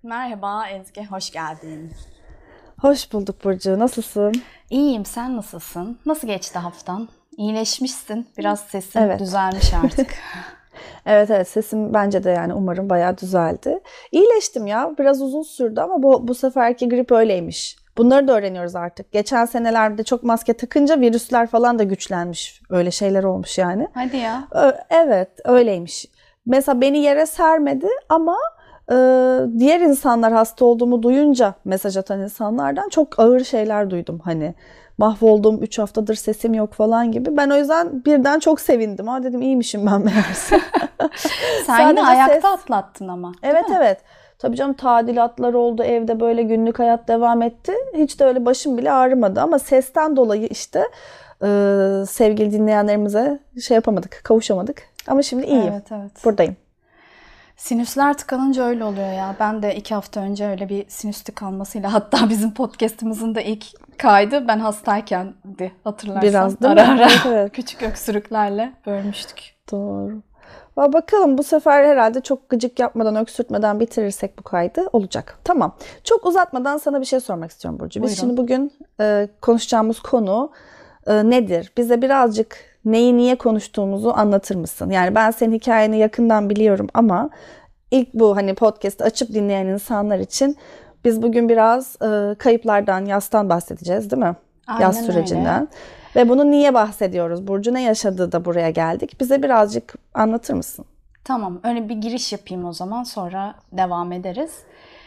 Merhaba Ezgi, hoş geldin. Hoş bulduk Burcu. Nasılsın? İyiyim, sen nasılsın? Nasıl geçti haftan? İyileşmişsin, biraz sesin Evet. düzelmiş artık. Evet, sesim bence de yani umarım bayağı düzeldi. İyileştim ya. Biraz uzun sürdü ama bu seferki grip öyleymiş. Bunları da öğreniyoruz artık. Geçen senelerde çok maske takınca virüsler falan da güçlenmiş. Öyle şeyler olmuş yani. Hadi ya. Evet, öyleymiş. Mesela beni yere sermedi ama e, diğer insanlar hasta olduğumu duyunca mesaj atan insanlardan çok ağır şeyler duydum. Hani mahvoldum, 3 haftadır sesim yok falan gibi. Ben o yüzden birden çok sevindim. Ha dedim iyiymişim ben meğerse. Sen yine Sadece ayakta ses. atlattın ama, değil Evet mi? evet. Tabii canım tadilatlar oldu evde böyle günlük hayat devam etti. Hiç de öyle başım bile ağrımadı ama sesten dolayı işte sevgili dinleyenlerimize şey yapamadık, kavuşamadık. Ama şimdi iyiyim. Evet, evet. Buradayım. Sinüsler tıkanınca öyle oluyor ya. Ben de 2 hafta önce öyle bir sinüs tıkanmasıyla, hatta bizim podcast'ımızın da ilk kaydı ben hastaykendi, hatırlarsan. Biraz değil Ara mi? ara Evet evet. küçük öksürüklerle bölmüştük. Doğru. Bakalım bu sefer herhalde çok gıcık yapmadan, öksürtmeden bitirirsek bu kaydı olacak. Tamam. Çok uzatmadan sana bir şey sormak istiyorum Burcu. Biz Buyurun. şimdi bugün konuşacağımız konu nedir? Bize birazcık neyi niye konuştuğumuzu anlatır mısın? Yani ben senin hikayeni yakından biliyorum ama ilk bu hani podcast açıp dinleyen insanlar için biz bugün biraz kayıplardan, yastan bahsedeceğiz, değil mi? Yas Aynen öyle. sürecinden. Ve bunu niye bahsediyoruz? Burcu ne yaşadığı da buraya geldik. Bize birazcık anlatır mısın? Tamam, öyle bir giriş yapayım o zaman, sonra devam ederiz.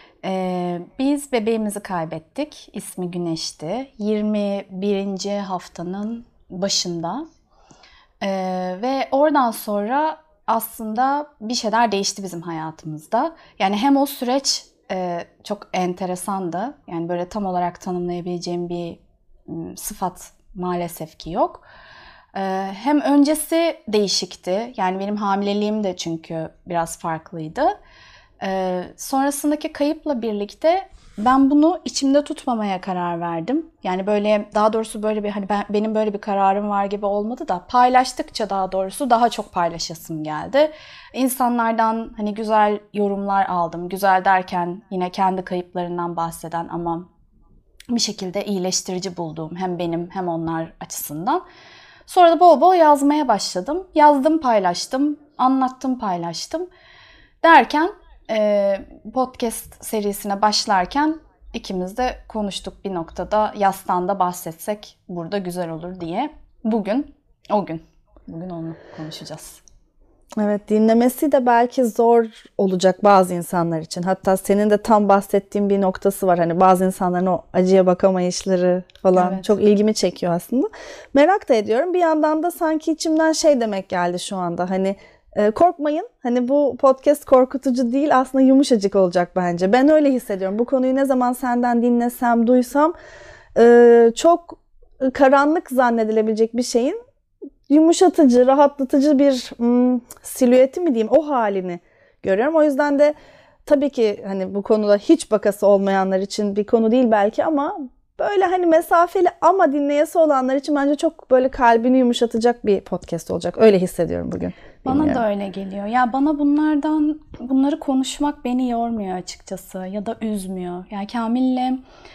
Biz bebeğimizi kaybettik. İsmi Güneş'ti. 21. haftanın başında. Ve oradan sonra aslında bir şeyler değişti bizim hayatımızda. Yani hem o süreç çok enteresandı. Yani böyle tam olarak tanımlayabileceğim bir sıfat maalesef ki yok. Hem öncesi değişikti. Yani benim hamileliğim de çünkü biraz farklıydı. Sonrasındaki kayıpla birlikte ben bunu içimde tutmamaya karar verdim. Yani böyle, daha doğrusu böyle bir hani benim böyle bir kararım var gibi olmadı da, paylaştıkça daha doğrusu daha çok paylaşasım geldi. İnsanlardan hani güzel yorumlar aldım. Güzel derken yine kendi kayıplarından bahseden ama bir şekilde iyileştirici bulduğum, hem benim hem onlar açısından. Sonra da bol bol yazmaya başladım. Yazdım, paylaştım, anlattım, paylaştım. Derken podcast serisine başlarken ikimiz de konuştuk bir noktada, yastan da bahsetsek burada güzel olur diye. Bugün o gün. Bugün onu konuşacağız. Evet, dinlemesi de belki zor olacak bazı insanlar için. Hatta senin de tam bahsettiğin bir noktası var. Hani bazı insanların o acıya bakamayışları falan Evet. çok ilgimi çekiyor aslında. Merak da ediyorum. Bir yandan da sanki içimden şey demek geldi şu anda. Hani korkmayın. Hani bu podcast korkutucu değil, aslında yumuşacık olacak bence. Ben öyle hissediyorum. Bu konuyu ne zaman senden dinlesem, duysam çok karanlık zannedilebilecek bir şeyin yumuşatıcı, rahatlatıcı bir silüeti mi diyeyim, o halini görüyorum. O yüzden de tabii ki hani bu konuda hiç bakası olmayanlar için bir konu değil belki ama böyle hani mesafeli ama dinleyesi olanlar için bence çok böyle kalbini yumuşatacak bir podcast olacak. Öyle hissediyorum bugün. Bana Bilmiyorum. da öyle geliyor. Ya bana bunları konuşmak beni yormuyor açıkçası ya da üzmüyor. Yani Kamil'le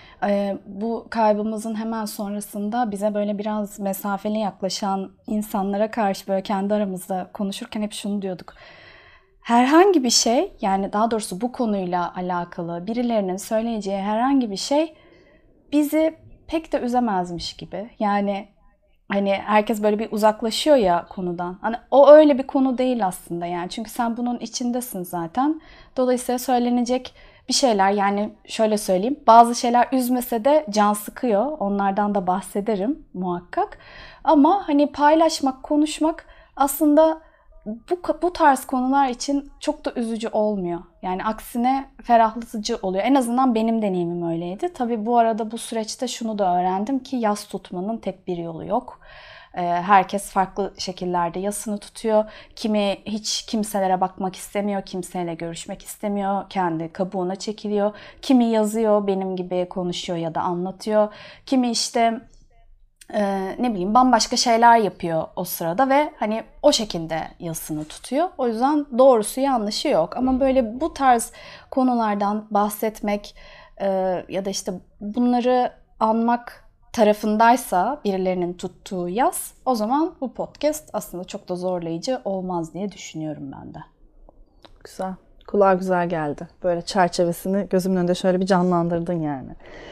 bu kaybımızın hemen sonrasında bize böyle biraz mesafeli yaklaşan insanlara karşı böyle kendi aramızda konuşurken hep şunu diyorduk. Herhangi bir şey, yani daha doğrusu bu konuyla alakalı birilerinin söyleyeceği herhangi bir şey bizi pek de üzemezmiş gibi. Yani hani herkes böyle bir uzaklaşıyor ya konudan. Hani o öyle bir konu değil aslında yani. Çünkü sen bunun içindesin zaten. Dolayısıyla söylenecek bir şeyler, yani şöyle söyleyeyim. Bazı şeyler üzmese de can sıkıyor. Onlardan da bahsederim muhakkak. Ama hani paylaşmak, konuşmak aslında bu tarz konular için çok da üzücü olmuyor. Yani aksine ferahlatıcı oluyor. En azından benim deneyimim öyleydi. Tabii bu arada bu süreçte şunu da öğrendim ki yas tutmanın tek bir yolu yok. Herkes farklı şekillerde yasını tutuyor. Kimi hiç kimselere bakmak istemiyor, kimseyle görüşmek istemiyor, kendi kabuğuna çekiliyor. Kimi yazıyor, benim gibi konuşuyor ya da anlatıyor. Kimi işte ne bileyim bambaşka şeyler yapıyor o sırada ve hani o şekilde yasını tutuyor. O yüzden doğrusu yanlışı yok. Ama böyle bu tarz konulardan bahsetmek ya da işte bunları anmak tarafındaysa birilerinin tuttuğu yas, o zaman bu podcast aslında çok da zorlayıcı olmaz diye düşünüyorum ben de. Güzel. Kulağa güzel geldi. Böyle çerçevesini gözümün önünde şöyle bir canlandırdın yani.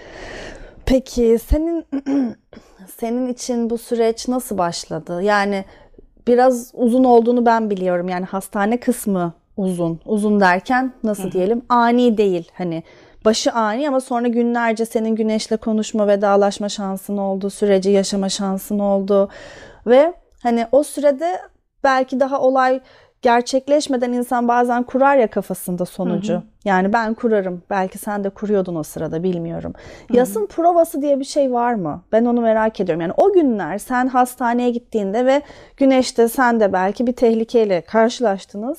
Peki senin için bu süreç nasıl başladı? Yani biraz uzun olduğunu ben biliyorum. Yani hastane kısmı uzun. Uzun derken nasıl diyelim? Ani değil. Hani başı ani ama sonra günlerce senin Güneş'le konuşma, vedalaşma şansın oldu. Süreci yaşama şansın oldu. Ve hani o sürede belki daha olay gerçekleşmeden insan bazen kurar ya kafasında sonucu. Yani ben kurarım. Belki sen de kuruyordun o sırada, bilmiyorum. Yasın provası diye bir şey var mı? Ben onu merak ediyorum. Yani o günler sen hastaneye gittiğinde ve Güneş'te sen de belki bir tehlikeyle karşılaştınız.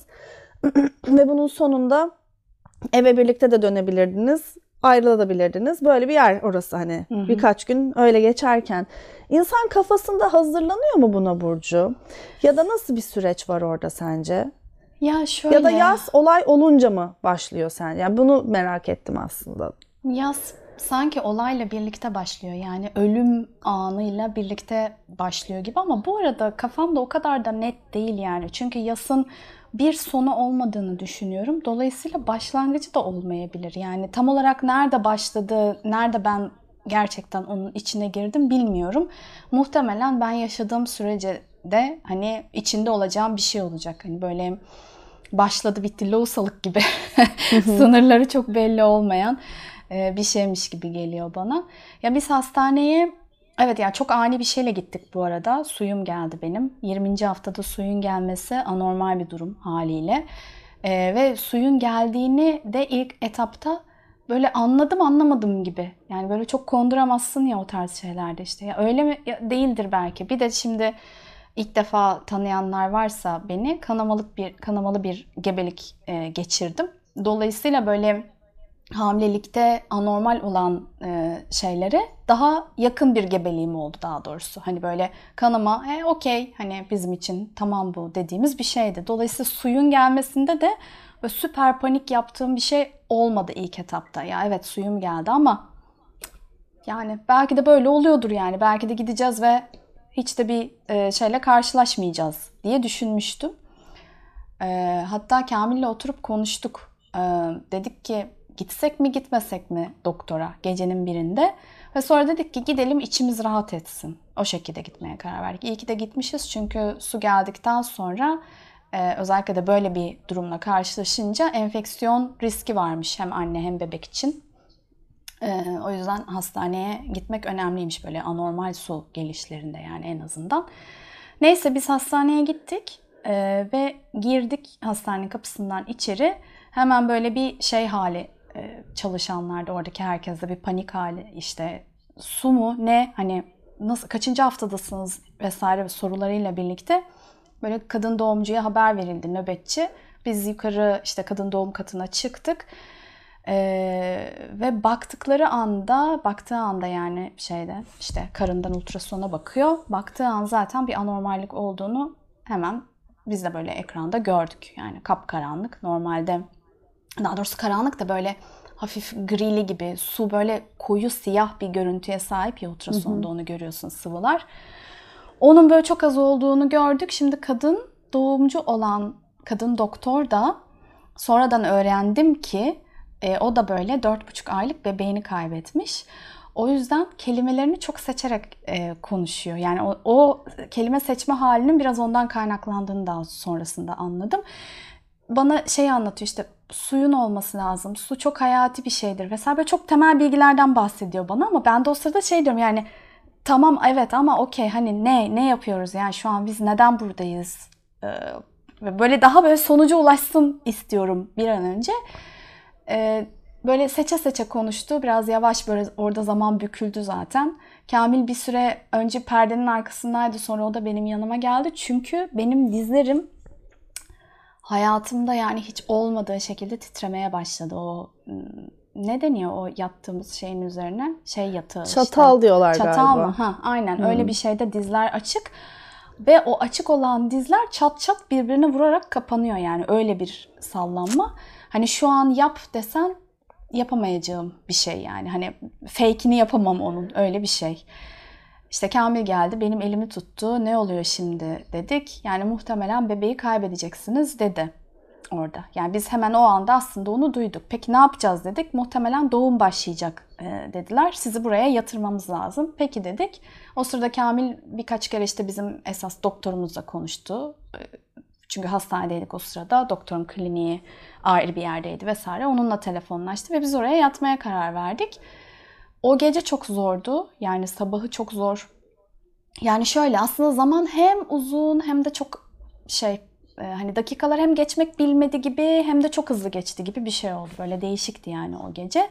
Ve bunun sonunda eve birlikte de dönebilirdiniz, ayrılabilirdiniz. Böyle bir yer orası hani. Birkaç gün öyle geçerken. İnsan kafasında hazırlanıyor mu buna Burcu? Ya da nasıl bir süreç var orada sence? Ya şöyle. Ya da yaz olay olunca mı başlıyor sence? Yani bunu merak ettim aslında. Yaz sanki olayla birlikte başlıyor. Yani ölüm anıyla birlikte başlıyor gibi ama bu arada kafamda o kadar da net değil yani. Çünkü yasın bir sonu olmadığını düşünüyorum. Dolayısıyla başlangıcı da olmayabilir. Yani tam olarak nerede başladı, nerede ben gerçekten onun içine girdim bilmiyorum. Muhtemelen ben yaşadığım sürece de hani içinde olacağım bir şey olacak. Hani böyle başladı bitti lohusalık gibi sınırları çok belli olmayan bir şeymiş gibi geliyor bana. Ya biz hastaneye evet yani çok ani bir şeyle gittik bu arada. Suyum geldi benim. 20. haftada suyun gelmesi anormal bir durum haliyle. Ve suyun geldiğini de ilk etapta böyle anladım anlamadım gibi. Yani böyle çok konduramazsın ya o tarz şeylerde işte. Ya öyle mi? Ya değildir belki. Bir de şimdi ilk defa tanıyanlar varsa beni kanamalı bir gebelik geçirdim. Dolayısıyla böyle hamilelikte anormal olan şeylere daha yakın bir gebeliğim oldu daha doğrusu. Hani böyle kanama okey hani bizim için tamam bu dediğimiz bir şeydi. Dolayısıyla suyun gelmesinde de böyle süper panik yaptığım bir şey olmadı ilk etapta. Ya evet suyum geldi ama yani belki de böyle oluyordur yani. Belki de gideceğiz ve hiç de bir şeyle karşılaşmayacağız diye düşünmüştüm. Hatta Kamil'le oturup konuştuk. Dedik ki gitsek mi gitmesek mi doktora gecenin birinde. Ve sonra dedik ki gidelim içimiz rahat etsin. O şekilde gitmeye karar verdik. İyi ki de gitmişiz çünkü su geldikten sonra özellikle de böyle bir durumla karşılaşınca enfeksiyon riski varmış hem anne hem bebek için. O yüzden hastaneye gitmek önemliymiş böyle anormal su gelişlerinde yani en azından. Neyse biz hastaneye gittik ve girdik hastanenin kapısından içeri. Hemen böyle bir şey hali çalışanlarda oradaki herkeste bir panik hali işte su mu ne hani nasıl kaçıncı haftadasınız vesaire sorularıyla birlikte böyle kadın doğumcuya haber verildi nöbetçi. Biz yukarı işte kadın doğum katına çıktık. Ve baktığı anda yani şeyde işte karından ultrasona bakıyor. Baktığı an zaten bir anormallik olduğunu hemen biz de böyle ekranda gördük. Yani kapkaranlık. Normalde daha doğrusu karanlık da böyle hafif grili gibi su böyle koyu siyah bir görüntüye sahip ya ultrasonda onu görüyorsun sıvılar. Onun böyle çok az olduğunu gördük. Şimdi kadın doğumcu olan kadın doktor da sonradan öğrendim ki o da böyle 4,5 aylık bebeğini kaybetmiş. O yüzden kelimelerini çok seçerek konuşuyor. Yani o kelime seçme halinin biraz ondan kaynaklandığını daha sonrasında anladım. Bana şey anlatıyor işte suyun olması lazım. Su çok hayati bir şeydir vesaire. Böyle çok temel bilgilerden bahsediyor bana ama ben de o sırada şey diyorum yani tamam evet ama okey hani ne yapıyoruz yani şu an biz neden buradayız? Böyle daha böyle sonuca ulaşsın istiyorum bir an önce. Böyle seçe seçe konuştu. Biraz yavaş böyle orada zaman büküldü zaten. Kamil bir süre önce perdenin arkasındaydı. Sonra o da benim yanıma geldi. Çünkü benim dizlerim hayatımda yani hiç olmadığı şekilde titremeye başladı. O ne deniyor o yattığımız şeyin üzerine? Şey yatağı Çatal diyorlar Çatal galiba. mı? Ha, aynen öyle bir şeyde dizler açık. Ve o açık olan dizler çat çat birbirine vurarak kapanıyor yani öyle bir sallanma. Hani şu an yap desen yapamayacağım bir şey yani. Hani fake'ini yapamam onun, öyle bir şey. İşte Kamil geldi, benim elimi tuttu. Ne oluyor şimdi dedik. Yani muhtemelen bebeği kaybedeceksiniz dedi orada. Yani biz hemen o anda aslında onu duyduk. Peki ne yapacağız dedik. Muhtemelen doğum başlayacak dediler. Sizi buraya yatırmamız lazım. Peki dedik. O sırada Kamil birkaç kere işte bizim esas doktorumuzla konuştu. Çünkü hastanedeydik o sırada. Doktorun kliniği ayrı bir yerdeydi vesaire. Onunla telefonlaştı ve biz oraya yatmaya karar verdik. O gece çok zordu. Yani sabahı çok zor. Yani şöyle aslında zaman hem uzun hem de çok hani dakikalar hem geçmek bilmedi gibi hem de çok hızlı geçti gibi bir şey oldu. Böyle değişikti yani o gece.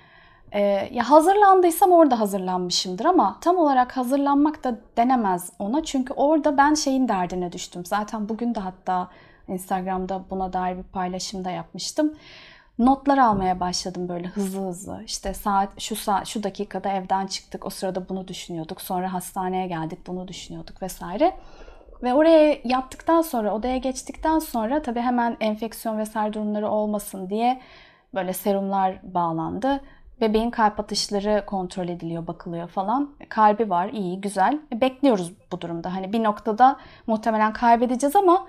Ya hazırlandıysam orada hazırlanmışımdır ama tam olarak hazırlanmak da denemez ona. Çünkü orada ben şeyin derdine düştüm. Zaten bugün de hatta Instagram'da buna dair bir paylaşım da yapmıştım. Notlar almaya başladım böyle hızlı hızlı. İşte şu dakikada evden çıktık. O sırada bunu düşünüyorduk. Sonra hastaneye geldik, bunu düşünüyorduk vesaire. Ve oraya yattıktan sonra, odaya geçtikten sonra tabii hemen enfeksiyon vesaire durumları olmasın diye böyle serumlar bağlandı. Bebeğin kalp atışları kontrol ediliyor, bakılıyor falan. Kalbi var, iyi, güzel. Bekliyoruz bu durumda. Hani bir noktada muhtemelen kaybedeceğiz ama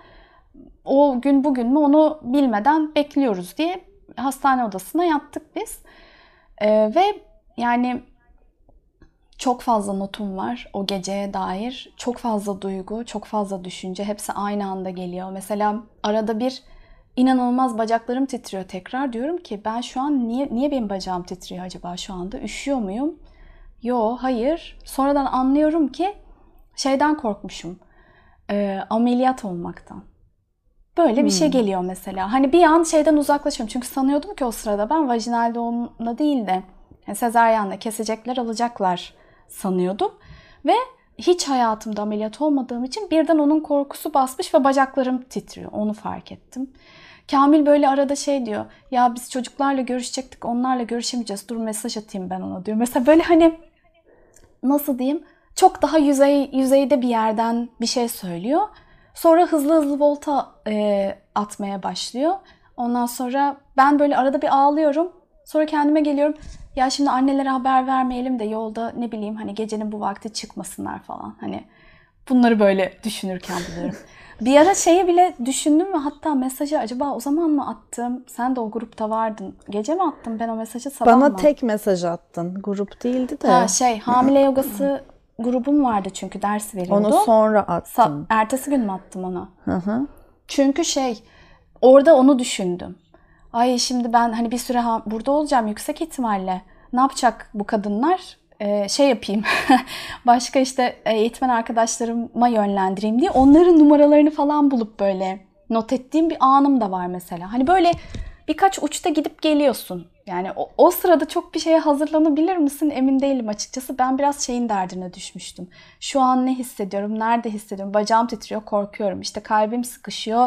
o gün bugün mü onu bilmeden bekliyoruz diye hastane odasına yattık biz. Ve yani çok fazla notum var o geceye dair. Çok fazla duygu, çok fazla düşünce. Hepsi aynı anda geliyor. Mesela arada bir inanılmaz bacaklarım titriyor tekrar. Diyorum ki ben şu an niye benim bacağım titriyor acaba şu anda? Üşüyor muyum? Yo, hayır. Sonradan anlıyorum ki şeyden korkmuşum. Ameliyat olmaktan. Böyle bir şey geliyor mesela. Hani bir an şeyden uzaklaşıyorum. Çünkü sanıyordum ki o sırada ben vajinal doğumla değil de sezaryenle kesecekler, alacaklar sanıyordum. Ve hiç hayatımda ameliyat olmadığım için birden onun korkusu basmış ve bacaklarım titriyor. Onu fark ettim. Kamil böyle arada şey diyor. Ya biz çocuklarla görüşecektik, onlarla görüşemeyeceğiz. Dur mesaj atayım ben ona diyor. Mesela böyle hani nasıl diyeyim? Çok daha yüzeyde bir yerden bir şey söylüyor. Sonra hızlı hızlı volta atmaya başlıyor. Ondan sonra ben böyle arada bir ağlıyorum. Sonra kendime geliyorum. Ya şimdi annelere haber vermeyelim de yolda ne bileyim hani gecenin bu vakti çıkmasınlar falan. Hani bunları böyle düşünürken buluyorum. Bir ara şeyi bile düşündüm ve hatta mesajı acaba o zaman mı attım? Sen de o grupta vardın. Gece mi attım ben o mesajı, sabah mı? Bana tek mesaj attın. Grup değildi de. Ha hamile yogası grubum vardı çünkü ders veriyordu. Onu sonra attım. Ertesi gün mü attım onu? Hı. Çünkü orada onu düşündüm. Ay şimdi ben hani bir süre burada olacağım yüksek ihtimalle. Ne yapacak bu kadınlar? Yapayım. Başka işte eğitmen arkadaşlarıma yönlendireyim diye onların numaralarını falan bulup böyle not ettiğim bir anım da var mesela. Hani böyle birkaç uçta gidip geliyorsun. Yani o sırada çok bir şeye hazırlanabilir misin emin değilim açıkçası. Ben biraz şeyin derdine düşmüştüm. Şu an ne hissediyorum, nerede hissediyorum? Bacağım titriyor, korkuyorum. İşte kalbim sıkışıyor.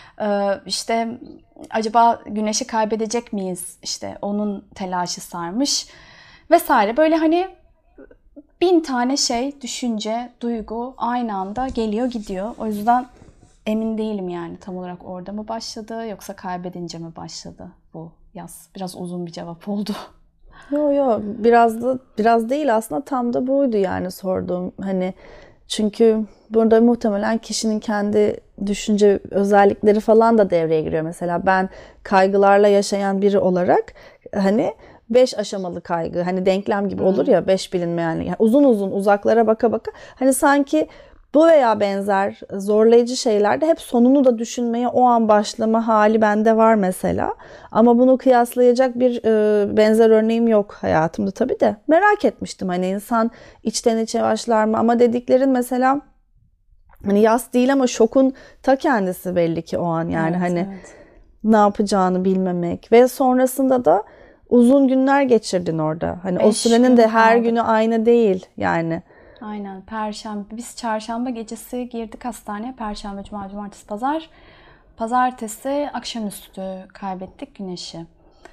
İşte acaba güneşi kaybedecek miyiz? İşte onun telaşı sarmış vesaire. Böyle hani 1000 tane düşünce, duygu aynı anda geliyor gidiyor. O yüzden emin değilim yani tam olarak orada mı başladı yoksa kaybedince mi başladı bu yaz? Biraz uzun bir cevap oldu. Yo biraz değil aslında tam da buydu yani sorduğum hani çünkü burada muhtemelen kişinin kendi düşünce özellikleri falan da devreye giriyor. Mesela ben kaygılarla yaşayan biri olarak hani 5 aşamalı kaygı hani denklem gibi olur ya 5 bilinmeyen yani uzun uzun uzaklara baka baka hani sanki bu veya benzer zorlayıcı şeylerde hep sonunu da düşünmeye o an başlama hali bende var mesela. Ama bunu kıyaslayacak bir benzer örneğim yok hayatımda tabii de. Merak etmiştim hani insan içten içe başlar mı? Ama dediklerin mesela hani yas değil ama şokun ta kendisi belli ki o an yani evet. Ne yapacağını bilmemek ve sonrasında da uzun günler geçirdin orada. Hani o sürenin de her günü aynı değil yani. Aynen. Biz çarşamba gecesi girdik hastaneye. Perşembe, cuma, cumartesi, pazar. Pazartesi akşamüstü kaybettik güneşi.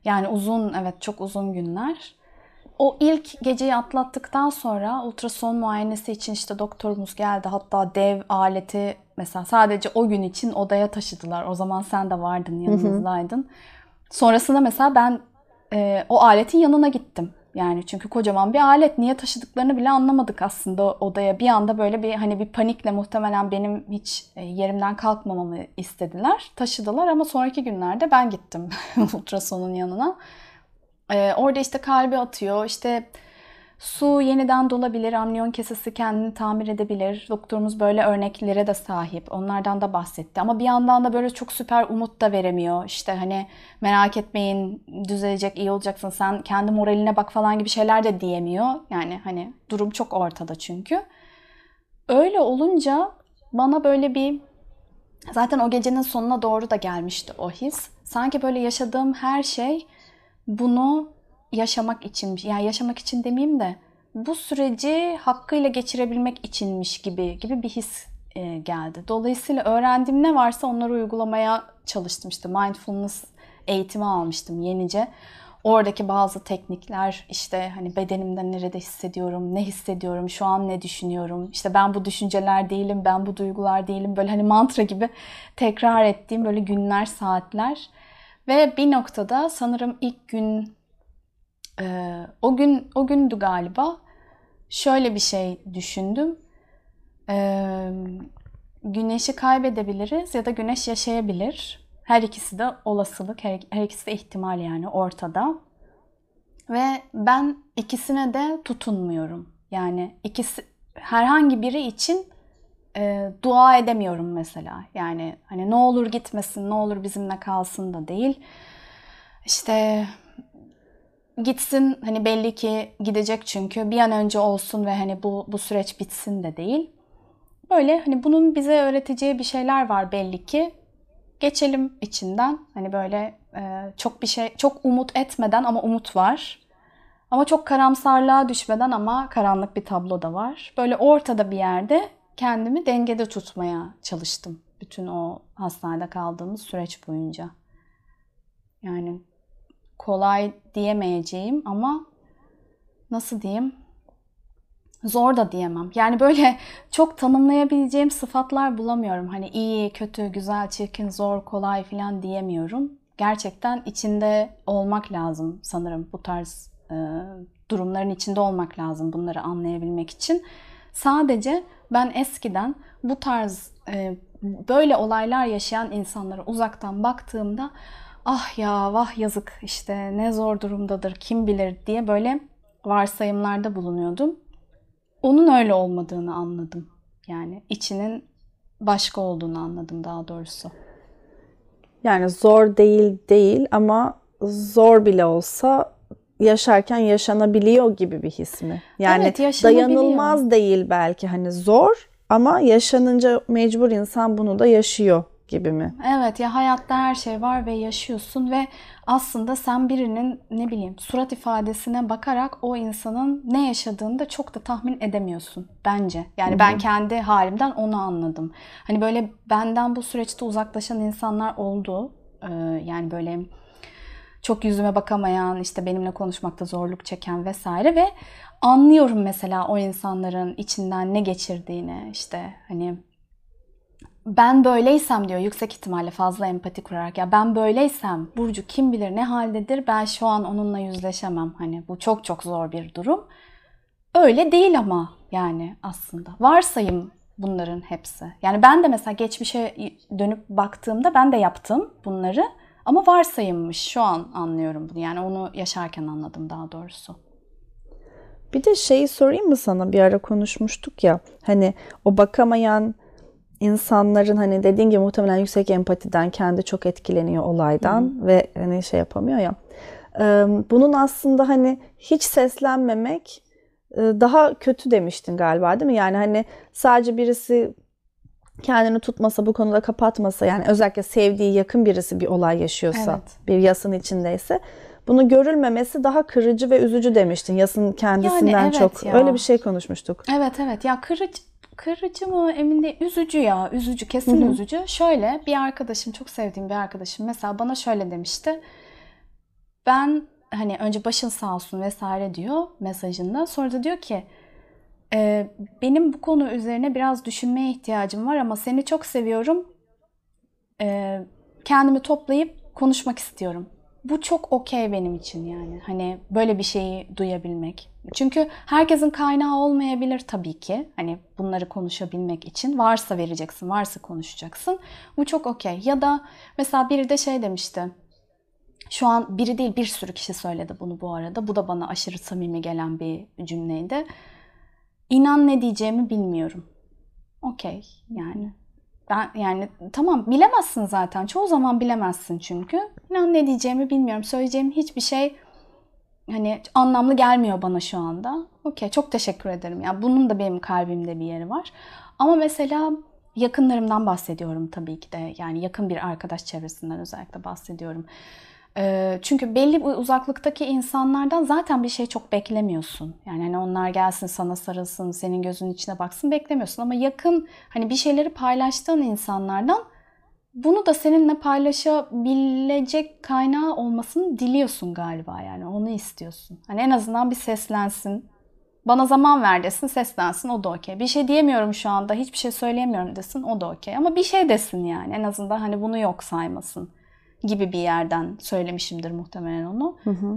Yani uzun, evet, çok uzun günler. O ilk geceyi atlattıktan sonra ultrason muayenesi için işte doktorumuz geldi. Hatta dev aleti mesela sadece o gün için odaya taşıdılar. O zaman sen de vardın, yanımızdaydın. Sonrasında mesela ben o aletin yanına gittim. Yani çünkü kocaman bir alet, niye taşıdıklarını bile anlamadık aslında odaya. Bir anda böyle bir hani bir panikle muhtemelen benim hiç yerimden kalkmamamı istediler. Taşıdılar ama sonraki günlerde ben gittim ultrasonun yanına. Orada işte kalbi atıyor, işte su yeniden dolabilir, amniyon kesesi kendini tamir edebilir. Doktorumuz böyle örneklere de sahip, onlardan da bahsetti. Ama bir yandan da böyle çok süper umut da veremiyor. İşte hani merak etmeyin, düzelecek, iyi olacaksın, sen kendi moraline bak falan gibi şeyler de diyemiyor. Yani hani durum çok ortada çünkü. Öyle olunca bana böyle bir, zaten o gecenin sonuna doğru da gelmişti o his. Sanki böyle yaşadığım her şey bunu yaşamak için, yani yaşamak için demeyeyim de bu süreci hakkıyla geçirebilmek içinmiş gibi bir his geldi. Dolayısıyla öğrendiğim ne varsa onları uygulamaya çalıştım. İşte mindfulness eğitimi almıştım yenice. Oradaki bazı teknikler, işte hani bedenimde nerede hissediyorum, ne hissediyorum, şu an ne düşünüyorum, işte ben bu düşünceler değilim, ben bu duygular değilim, böyle hani mantra gibi tekrar ettiğim böyle günler, saatler. Ve bir noktada sanırım ilk gün, o gündü galiba, şöyle bir şey düşündüm. Güneşi kaybedebiliriz ya da güneş yaşayabilir. Her ikisi de olasılık, her ikisi de ihtimal, yani ortada. Ve ben ikisine de tutunmuyorum. Yani ikisi, herhangi biri için dua edemiyorum mesela. Yani hani ne olur gitmesin, ne olur bizimle kalsın da değil. İşte gitsin, hani belli ki gidecek çünkü bir an önce olsun ve hani bu süreç bitsin de değil. Böyle hani bunun bize öğreteceği bir şeyler var belli ki. Geçelim içinden. Hani böyle çok bir şey, çok umut etmeden ama umut var. Ama çok karamsarlığa düşmeden ama karanlık bir tablo da var. Böyle ortada bir yerde kendimi dengede tutmaya çalıştım. Bütün o hastanede kaldığımız süreç boyunca. Yani kolay diyemeyeceğim ama nasıl diyeyim? Zor da diyemem. Yani böyle çok tanımlayabileceğim sıfatlar bulamıyorum. Hani iyi, kötü, güzel, çirkin, zor, kolay falan diyemiyorum. Gerçekten içinde olmak lazım sanırım, bu tarz durumların içinde olmak lazım bunları anlayabilmek için. Sadece ben eskiden bu tarz böyle olaylar yaşayan insanlara uzaktan baktığımda ah ya vah yazık, işte ne zor durumdadır kim bilir diye böyle varsayımlarda bulunuyordum. Onun öyle olmadığını anladım. Yani içinin başka olduğunu anladım daha doğrusu. Yani zor değil ama zor bile olsa yaşarken yaşanabiliyor gibi bir his mi? Yani Evet, dayanılmaz değil belki, hani zor ama yaşanınca mecbur insan bunu da yaşıyor gibi mi? Evet, ya hayatta her şey var ve yaşıyorsun ve aslında sen birinin, ne bileyim, surat ifadesine bakarak o insanın ne yaşadığını da çok da tahmin edemiyorsun bence. Yani ben kendi halimden onu anladım. Hani böyle benden bu süreçte uzaklaşan insanlar oldu. Yani böyle çok yüzüme bakamayan, işte benimle konuşmakta zorluk çeken vesaire ve anlıyorum mesela o insanların içinden ne geçirdiğini. İşte hani ben böyleysem diyor, yüksek ihtimalle fazla empati kurarak, ya ben böyleysem Burcu kim bilir ne haldedir, ben şu an onunla yüzleşemem, hani bu çok çok zor bir durum. Öyle değil ama yani aslında varsayım bunların hepsi. Yani ben de mesela geçmişe dönüp baktığımda ben de yaptım bunları ama varsayımmış, şu an anlıyorum bunu, yani onu yaşarken anladım daha doğrusu. Bir de şeyi sorayım mı sana, bir ara konuşmuştuk ya, hani o bakamayan İnsanların hani dediğin gibi muhtemelen yüksek empatiden, kendi çok etkileniyor olaydan ve hani şey yapamıyor ya. Bunun aslında hani hiç seslenmemek daha kötü demiştin galiba, değil mi? Yani hani sadece birisi kendini tutmasa, bu konuda kapatmasa, yani özellikle sevdiği yakın birisi bir olay yaşıyorsa, Evet. bir yasın içindeyse bunu görülmemesi daha kırıcı ve üzücü demiştin. Yasın kendisinden Yani evet çok. ya. Öyle bir şey konuşmuştuk. Evet ya, kırıcı mı emin değil. Üzücü ya, üzücü, kesin üzücü. Şöyle, bir arkadaşım, çok sevdiğim bir arkadaşım mesela bana şöyle demişti. ben hani önce başın sağ olsun vesaire diyor mesajında. Sonra da diyor ki benim bu konu üzerine biraz düşünmeye ihtiyacım var ama seni çok seviyorum. Kendimi toplayıp konuşmak istiyorum. Bu çok okey benim için yani. Hani böyle bir şeyi duyabilmek. Çünkü herkesin kaynağı olmayabilir tabii ki. Hani bunları konuşabilmek için. Varsa vereceksin, varsa konuşacaksın. Bu çok okey. Ya da mesela biri de şey demişti. Şu an biri değil bir sürü kişi söyledi bunu bu arada. Bu da bana aşırı samimi gelen bir cümleydi. İnan ne diyeceğimi bilmiyorum. Okey yani. Ben yani tamam bilemezsin zaten. Çoğu zaman bilemezsin çünkü. İnan ne diyeceğimi bilmiyorum. Söyleyeceğim hiçbir şey hani anlamlı gelmiyor bana şu anda. Okey, çok teşekkür ederim. Yani bunun da benim kalbimde bir yeri var. Ama mesela yakınlarımdan bahsediyorum tabii ki de. Yani yakın bir arkadaş çevresinden özellikle bahsediyorum. Çünkü belli bir uzaklıktaki insanlardan zaten bir şey çok beklemiyorsun. Yani hani onlar gelsin sana sarılsın, senin gözünün içine baksın beklemiyorsun. Ama yakın hani bir şeyleri paylaştığın insanlardan bunu da seninle paylaşabilecek kaynağı olmasını diliyorsun galiba yani onu istiyorsun. Hani en azından bir seslensin. Bana zaman ver desin, seslensin, o da okey. Bir şey diyemiyorum şu anda, hiçbir şey söyleyemiyorum desin, o da okey. Ama bir şey desin yani en azından hani bunu yok saymasın gibi bir yerden söylemişimdir muhtemelen onu. Hı hı.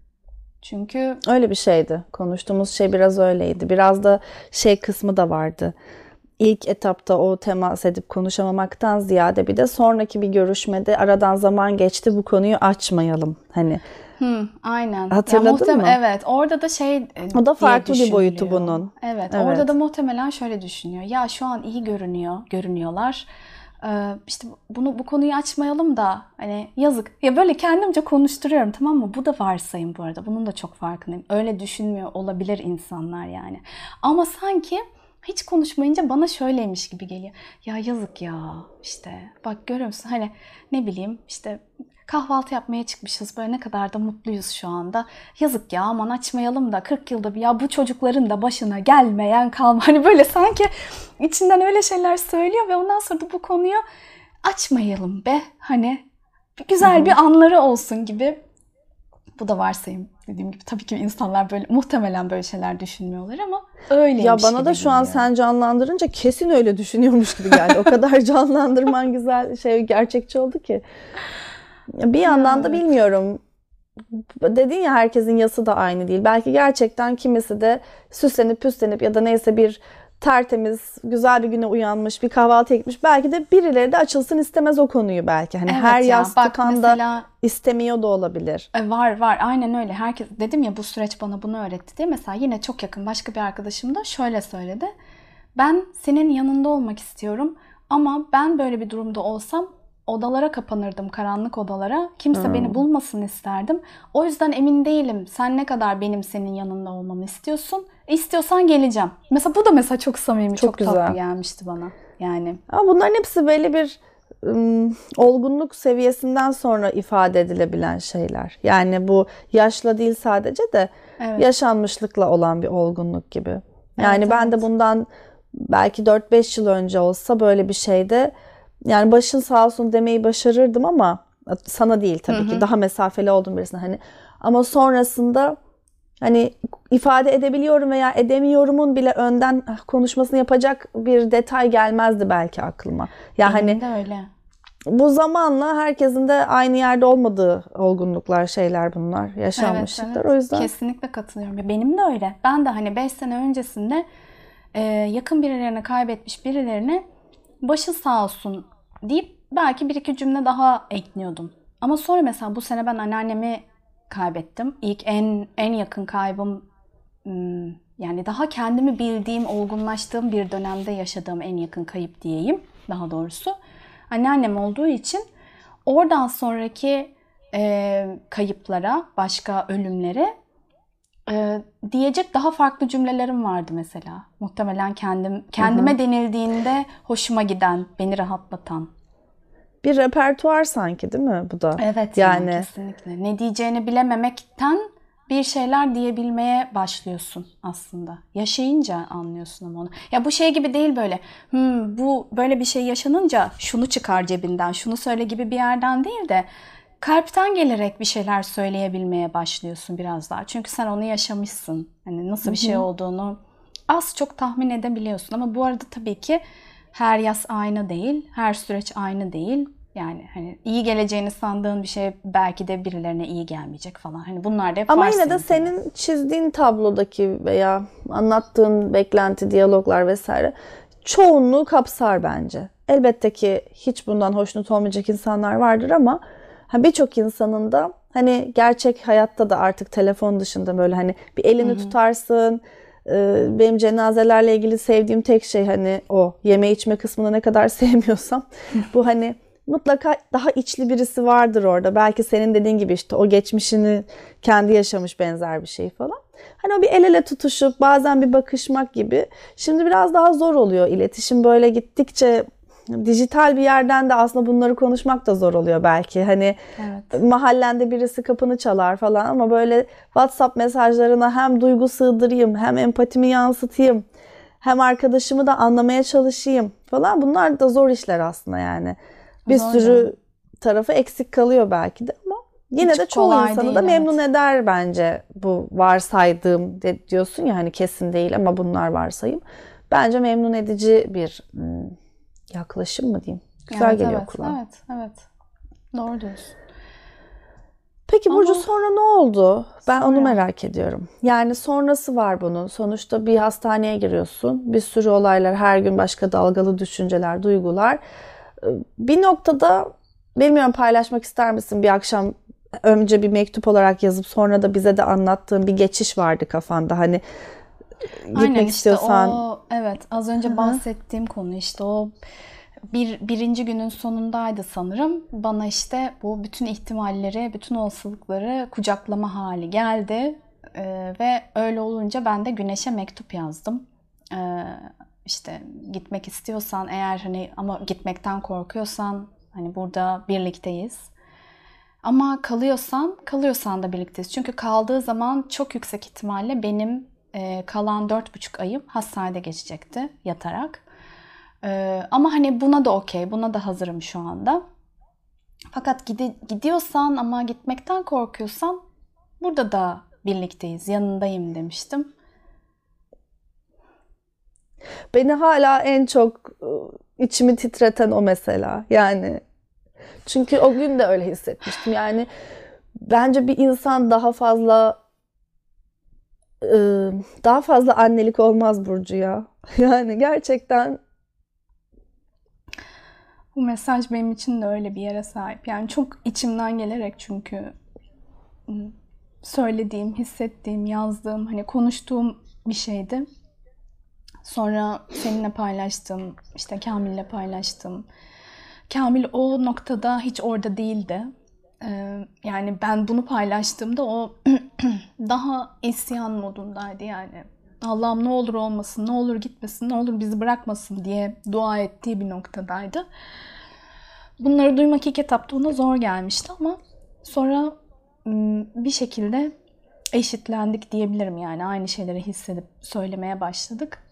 Çünkü öyle bir şeydi. Konuştuğumuz şey biraz öyleydi. Biraz da şey kısmı da vardı. İlk etapta o temas edip konuşamamaktan ziyade bir de sonraki bir görüşmede aradan zaman geçti bu konuyu açmayalım. Hani aynen. hatırladın mı? Evet. Orada da şey o da farklı diye bir boyutu düşünülüyor. bunun. Evet. Orada da muhtemelen şöyle düşünüyor. Ya şu an iyi görünüyorlar. İşte bu konuyu açmayalım da hani yazık. Ya böyle kendimce konuşturuyorum, tamam mı? Bu da varsayım bu arada. Bunun da çok farkındayım. Öyle düşünmüyor olabilir insanlar yani. Ama sanki hiç konuşmayınca bana şöyleymiş gibi geliyor. Ya yazık ya işte bak görüyor musun hani ne bileyim işte kahvaltı yapmaya çıkmışız böyle ne kadar da mutluyuz şu anda. Yazık ya aman açmayalım da 40 yılda bir ya bu çocukların da başına gelmeyen kalma. Hani böyle sanki içinden öyle şeyler söylüyor ve ondan sonra da bu konuyu açmayalım be hani güzel bir anları olsun gibi. Bu da varsayım dediğim gibi tabii ki insanlar böyle muhtemelen böyle şeyler düşünmüyorlar ama öyleymiş ya bana gibi da şu an geliyor. sen canlandırınca kesin öyle düşünüyormuş gibi geldi. O kadar canlandırman güzel gerçekçi oldu ki. Bir yandan da bilmiyorum. Dedin ya herkesin yası da aynı değil. Belki gerçekten kimisi de süslenip püslenip ya da neyse bir tertemiz, güzel bir güne uyanmış, bir kahvaltı etmiş. Belki de birileri de açılsın istemez o konuyu belki. Hani Evet her ya, yaz bak tıkanda mesela istemiyor da olabilir. var aynen öyle. Herkes dedim ya bu süreç bana bunu öğretti diye. Mesela yine çok yakın başka bir arkadaşım da şöyle söyledi. Ben senin yanında olmak istiyorum ama ben böyle bir durumda olsam odalara kapanırdım, karanlık odalara. Kimse beni bulmasın isterdim. O yüzden emin değilim. Sen ne kadar benim senin yanında olmamı istiyorsun? İstiyorsan geleceğim. Mesela bu da mesela çok samimi, çok güzel. tatlı gelmişti bana. Yani. Ama bunların hepsi belli bir olgunluk seviyesinden sonra ifade edilebilen şeyler. Yani bu yaşla değil sadece de yaşanmışlıkla olan bir olgunluk gibi. Yani ben de bundan belki 4-5 yıl önce olsa böyle bir şeyde yani başın sağ olsun demeyi başarırdım ama sana değil tabii ki daha mesafeli oldum birisine hani ama sonrasında hani ifade edebiliyorum veya edemiyorumun bile önden konuşmasını yapacak bir detay gelmezdi belki aklıma. Ya hani de öyle. Bu zamanla herkesin de aynı yerde olmadığı olgunluklar, şeyler bunlar, yaşanmışlıklar. Evet. O yüzden kesinlikle katılıyorum. Benim de öyle. Ben de hani 5 sene öncesinde yakın birilerini kaybetmiş birilerine başı sağ olsun deyip belki bir iki cümle daha ekliyordum. Ama sonra mesela bu sene ben anneannemi kaybettim. İlk en yakın kaybım yani daha kendimi bildiğim, olgunlaştığım bir dönemde yaşadığım en yakın kayıp diyeyim daha doğrusu. Anneannem olduğu için oradan sonraki kayıplara, başka ölümlere diyecek daha farklı cümlelerim vardı mesela. Muhtemelen kendime denildiğinde hoşuma giden, beni rahatlatan. bir repertuar sanki değil mi bu da? Evet yani kesinlikle. Ne diyeceğini bilememekten bir şeyler diyebilmeye başlıyorsun aslında. Yaşayınca anlıyorsun ama onu. Ya bu şey gibi değil böyle. Bu böyle bir şey yaşanınca şunu çıkar cebinden, şunu söyle gibi bir yerden değil de kalpten gelerek bir şeyler söyleyebilmeye başlıyorsun biraz daha. Çünkü sen onu yaşamışsın. Hani nasıl bir şey olduğunu az çok tahmin edebiliyorsun. Ama bu arada tabii ki her yaz aynı değil, her süreç aynı değil. Yani hani iyi geleceğini sandığın bir şey belki de birilerine iyi gelmeyecek falan. Hani bunlar da hep Ama var yine de senin çizdiğin tablodaki veya anlattığın beklenti, diyaloglar vesaire çoğunluğu kapsar bence. Elbette ki hiç bundan hoşnut olmayacak insanlar vardır ama birçok insanın da hani gerçek hayatta da artık telefon dışında böyle hani bir elini tutarsın. Benim cenazelerle ilgili sevdiğim tek şey hani o yeme içme kısmını ne kadar sevmiyorsam bu hani mutlaka daha içli birisi vardır orada. Belki senin dediğin gibi işte o geçmişini kendi yaşamış benzer bir şey falan. Hani o bir el ele tutuşup bazen bir bakışmak gibi. Şimdi biraz daha zor oluyor iletişim böyle gittikçe dijital bir yerden de aslında bunları konuşmak da zor oluyor belki. Hani mahallende birisi kapını çalar falan ama böyle WhatsApp mesajlarına hem duygu sığdırayım, hem empatimi yansıtayım, hem arkadaşımı da anlamaya çalışayım falan. Bunlar da zor işler aslında yani. Bir sürü tarafı eksik kalıyor belki de ama yine de çoğu insanı da memnun eder bence bu varsaydığım diyorsun ya hani kesin değil ama bunlar varsayım. Bence memnun edici bir yaklaşım mı diyeyim? Güzel geliyor kulağa. Evet. Doğru diyorsun. Peki Burcu sonra ne oldu? Ben onu merak ediyorum. Yani sonrası var bunun. Sonuçta bir hastaneye giriyorsun. Bir sürü olaylar, her gün başka dalgalı düşünceler, duygular. Bir noktada bilmiyorum paylaşmak ister misin? Bir akşam önce bir mektup olarak yazıp sonra da bize de anlattığın bir geçiş vardı kafanda. Hani gitmek istiyorsan. O, evet az önce bahsettiğim konu işte o birinci günün sonundaydı sanırım. Bana işte bu bütün ihtimalleri, bütün olasılıkları kucaklama hali geldi. Ve öyle olunca ben de Güneş'e mektup yazdım. İşte gitmek istiyorsan eğer hani ama gitmekten korkuyorsan hani burada birlikteyiz. Ama kalıyorsan da birlikteyiz. Çünkü kaldığı zaman çok yüksek ihtimalle benim kalan 4,5 ayım hastanede geçecekti yatarak. Ama hani buna da okey, buna da hazırım şu anda. Fakat gidiyorsan ama gitmekten korkuyorsan burada da birlikteyiz, yanındayım demiştim. Beni hala en çok içimi titreten o mesela. Yani çünkü o gün de öyle hissetmiştim. Yani bence bir insan daha fazla annelik olmaz Burcu ya. Yani gerçekten bu mesaj benim için de öyle bir yere sahip. Yani çok içimden gelerek çünkü söylediğim, hissettiğim, yazdığım, hani konuştuğum bir şeydi. Sonra seninle paylaştım, işte Kamil'le paylaştım. Kamil o noktada hiç orada değildi. Yani ben bunu paylaştığımda o daha isyan modundaydı yani. Allah'ım ne olur olmasın, ne olur gitmesin, ne olur bizi bırakmasın diye dua ettiği bir noktadaydı. Bunları duymak ilk etapta ona zor gelmişti ama sonra bir şekilde eşitlendik diyebilirim yani. Aynı şeyleri hissedip söylemeye başladık.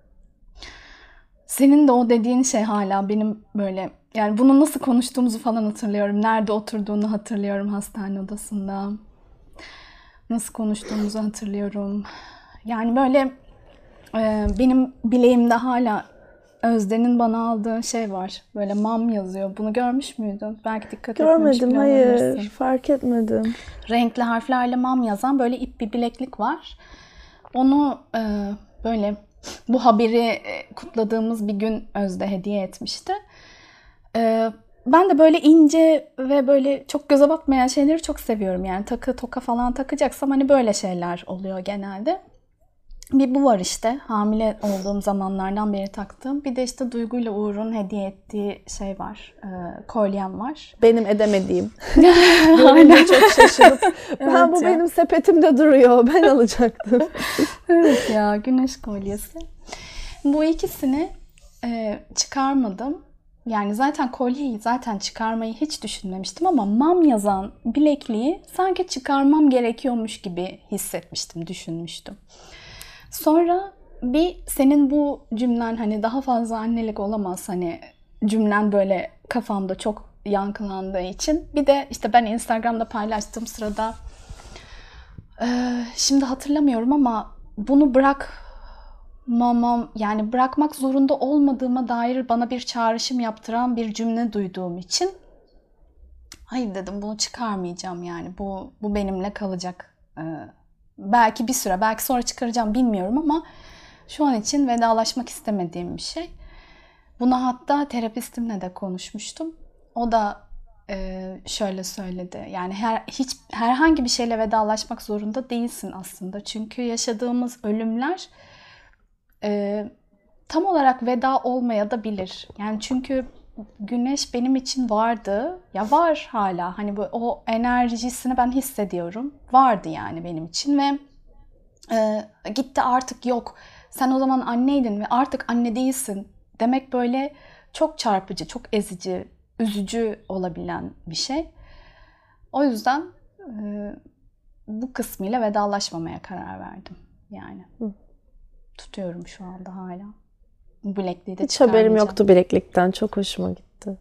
Senin de o dediğin şey hala benim böyle yani bunu nasıl konuştuğumuzu falan hatırlıyorum. Nerede oturduğunu hatırlıyorum hastane odasında. Nasıl konuştuğumuzu hatırlıyorum. Yani böyle benim bileğimde hala Özden'in bana aldığı şey var. Böyle mam yazıyor. Bunu görmüş müydün? Belki dikkat etmemiş bile olabilirsin. Görmedim, hayır. Fark etmedim. Renkli harflerle mam yazan böyle ip bir bileklik var. Onu böyle bu haberi kutladığımız bir gün Özde hediye etmişti. Ben de böyle ince ve böyle çok göze batmayan şeyleri çok seviyorum. Yani takı, toka falan takacaksam hani böyle şeyler oluyor genelde. Bir bu var işte hamile olduğum zamanlardan beri taktığım. Bir de işte Duygu ile Uğur'un hediye ettiği şey var. Kolyem var. Benim edemediğim. Görünce çok şaşırıp bu benim sepetimde duruyor. Ben alacaktım. Evet ya güneş kolyesi. Bu ikisini çıkarmadım. Yani zaten kolyeyi çıkarmayı hiç düşünmemiştim ama mam yazan bilekliği sanki çıkarmam gerekiyormuş gibi hissetmiştim, düşünmüştüm. Sonra bir senin bu cümlen hani daha fazla annelik olamaz hani cümlen böyle kafamda çok yankılandığı için. Bir de işte ben Instagram'da paylaştığım sırada şimdi hatırlamıyorum ama bunu yani bırakmak zorunda olmadığıma dair bana bir çağrışım yaptıran bir cümle duyduğum için hayır dedim, bunu çıkarmayacağım yani. Bu benimle kalacak. Belki bir süre, belki sonra çıkaracağım bilmiyorum ama şu an için vedalaşmak istemediğim bir şey. Bunu hatta terapistimle de konuşmuştum. O da şöyle söyledi. Yani herhangi bir şeyle vedalaşmak zorunda değilsin aslında. Çünkü yaşadığımız ölümler tam olarak veda olmaya da bilir. Yani çünkü güneş benim için vardı. Ya var hala. Hani o enerjisini ben hissediyorum. Vardı yani benim için ve gitti artık yok. Sen o zaman anneydin ve artık anne değilsin demek böyle çok çarpıcı, çok ezici, üzücü olabilen bir şey. O yüzden bu kısmıyla vedalaşmamaya karar verdim. Yani tutuyorum şu anda hala. Bu bilekliği de hiç haberim yoktu bileklikten. Çok hoşuma gitti.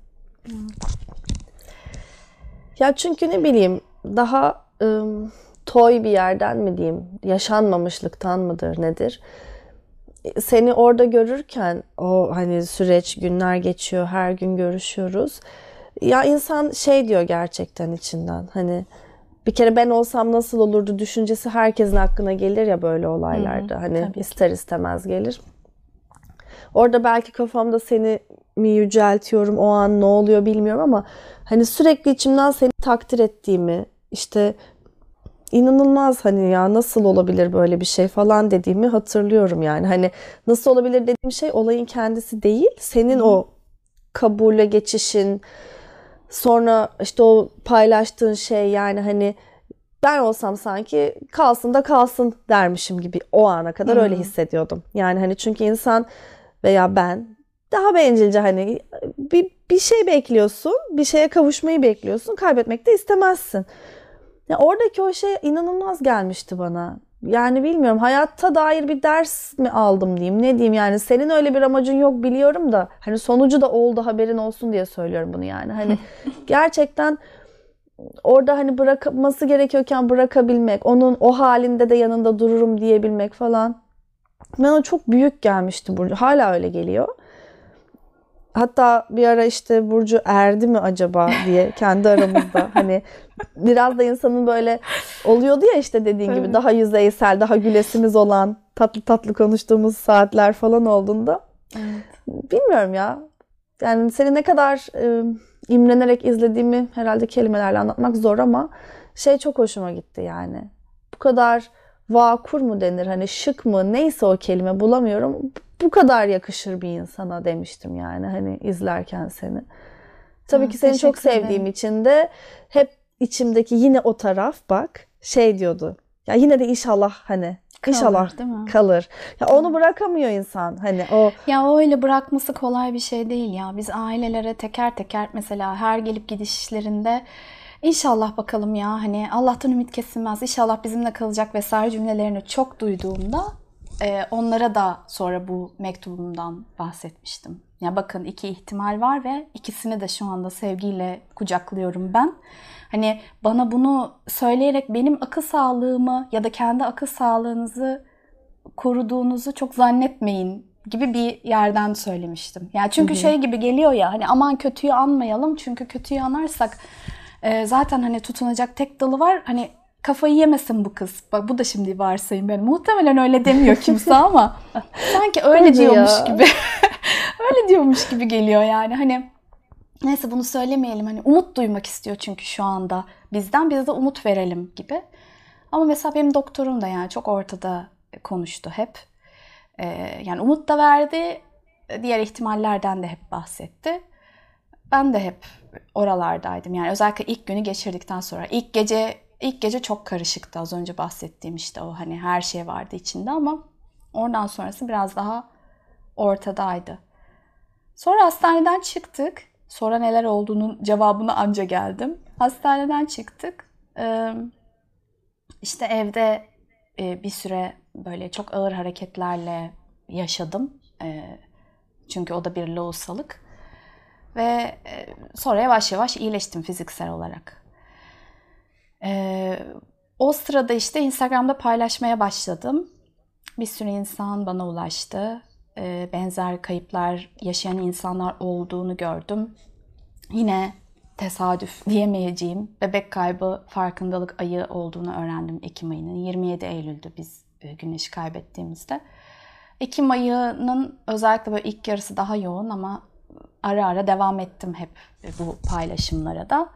Ya çünkü ne bileyim daha toy bir yerden mi diyeyim, yaşanmamışlıktan mıdır nedir? Seni orada görürken o hani süreç, günler geçiyor, her gün görüşüyoruz. Ya insan şey diyor gerçekten içinden, hani bir kere ben olsam nasıl olurdu düşüncesi herkesin aklına gelir ya böyle olaylarda. Hani ister istemez gelir. Orada belki kafamda seni mi yüceltiyorum, o an ne oluyor bilmiyorum ama hani sürekli içimden seni takdir ettiğimi, işte inanılmaz hani ya nasıl olabilir böyle bir şey falan dediğimi hatırlıyorum yani. Hani nasıl olabilir dediğim şey olayın kendisi değil, senin o kabule geçişin, sonra işte o paylaştığın şey, yani hani ben olsam sanki kalsın da kalsın dermişim gibi o ana kadar öyle hissediyordum. Yani hani çünkü insan veya ben daha bencilce hani bir şey bekliyorsun, bir şeye kavuşmayı bekliyorsun, kaybetmek de istemezsin. Ya oradaki o şey inanılmaz gelmişti bana. Yani bilmiyorum, hayatta dair bir ders mi aldım diyeyim, ne diyeyim yani, senin öyle bir amacın yok biliyorum da hani sonucu da oldu, haberin olsun diye söylüyorum bunu yani. Hani gerçekten orada hani bırakması gerekiyorken bırakabilmek, onun o halinde de yanında dururum diyebilmek falan bana çok büyük gelmişti Burcu. Hala öyle geliyor. Hatta bir ara işte Burcu erdi mi acaba diye kendi aramızda hani biraz da insanın böyle oluyordu ya, işte dediğin gibi daha yüzeysel, daha gülesimiz olan, tatlı tatlı konuştuğumuz saatler falan olduğunda. Bilmiyorum ya. Yani seni ne kadar imrenerek izlediğimi herhalde kelimelerle anlatmak zor ama şey çok hoşuma gitti yani. Bu kadar vakur mu denir, hani şık mı, neyse o kelime bulamıyorum. Bu kadar yakışır bir insana demiştim yani hani izlerken seni. Tabii ki seni çok sevdiğim için de hep içimdeki yine o taraf bak şey diyordu. Ya yine de inşallah hani İnşallah kalır. Ya onu bırakamıyor insan. Hani o ya öyle bırakması kolay bir şey değil ya. Biz ailelere teker teker mesela her gelip gidişlerinde inşallah bakalım ya hani Allah'tan ümit kesilmez, İnşallah bizimle kalacak vesaire cümlelerini çok duyduğumda onlara da sonra bu mektubumdan bahsetmiştim. Ya bakın 2 ihtimal var ve ikisini de şu anda sevgiyle kucaklıyorum ben. Hani bana bunu söyleyerek benim akıl sağlığımı ya da kendi akıl sağlığınızı koruduğunuzu çok zannetmeyin gibi bir yerden söylemiştim. Yani çünkü şey gibi geliyor ya hani aman kötüyü anmayalım, çünkü kötüyü anarsak zaten hani tutunacak tek dalı var. Hani kafayı yemesin bu kız. Bak bu da şimdi varsayım ben. Muhtemelen öyle demiyor kimse ama sanki öyle diyormuş gibi. Öyle diyormuş gibi geliyor yani. Hani neyse bunu söylemeyelim. Hani umut duymak istiyor çünkü şu anda bizden. Biz de umut verelim gibi. Ama mesela benim doktorum da yani çok ortada konuştu hep. Yani umut da verdi. Diğer ihtimallerden de hep bahsetti. Ben de hep oralardaydım. Yani özellikle ilk günü geçirdikten sonra. İlk gece çok karışıktı. Az önce bahsettiğim işte o hani her şey vardı içinde ama oradan sonrası biraz daha ortadaydı. Sonra hastaneden çıktık. Sonra neler olduğunun cevabına anca geldim. Hastaneden çıktık. İşte evde bir süre böyle çok ağır hareketlerle yaşadım. Çünkü o da bir lohusalık. Ve sonra yavaş yavaş iyileştim fiziksel olarak. O sırada işte Instagram'da paylaşmaya başladım. Bir sürü insan bana ulaştı. Benzer kayıplar yaşayan insanlar olduğunu gördüm. Yine tesadüf diyemeyeceğim bebek kaybı farkındalık ayı olduğunu öğrendim Ekim ayının. 27 Eylül'dü biz Güneş'i kaybettiğimizde. Ekim ayının özellikle böyle ilk yarısı daha yoğun ama ara ara devam ettim hep bu paylaşımlara da.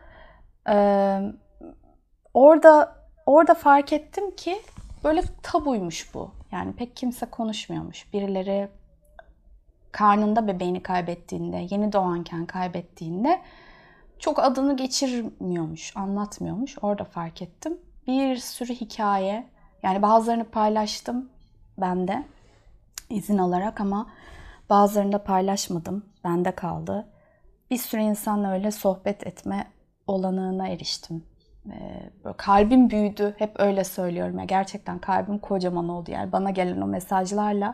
Orada fark ettim ki böyle tabuymuş bu. Yani pek kimse konuşmuyormuş. Birileri karnında bebeğini kaybettiğinde, yeni doğanken kaybettiğinde çok adını geçirmiyormuş, anlatmıyormuş. Orada fark ettim. Bir sürü hikaye, yani bazılarını paylaştım ben de izin alarak ama bazılarını da paylaşmadım. Bende kaldı. Bir sürü insanla öyle sohbet etme olanağına eriştim. Böyle kalbim büyüdü. Hep öyle söylüyorum ya. Gerçekten kalbim kocaman oldu. Yani bana gelen o mesajlarla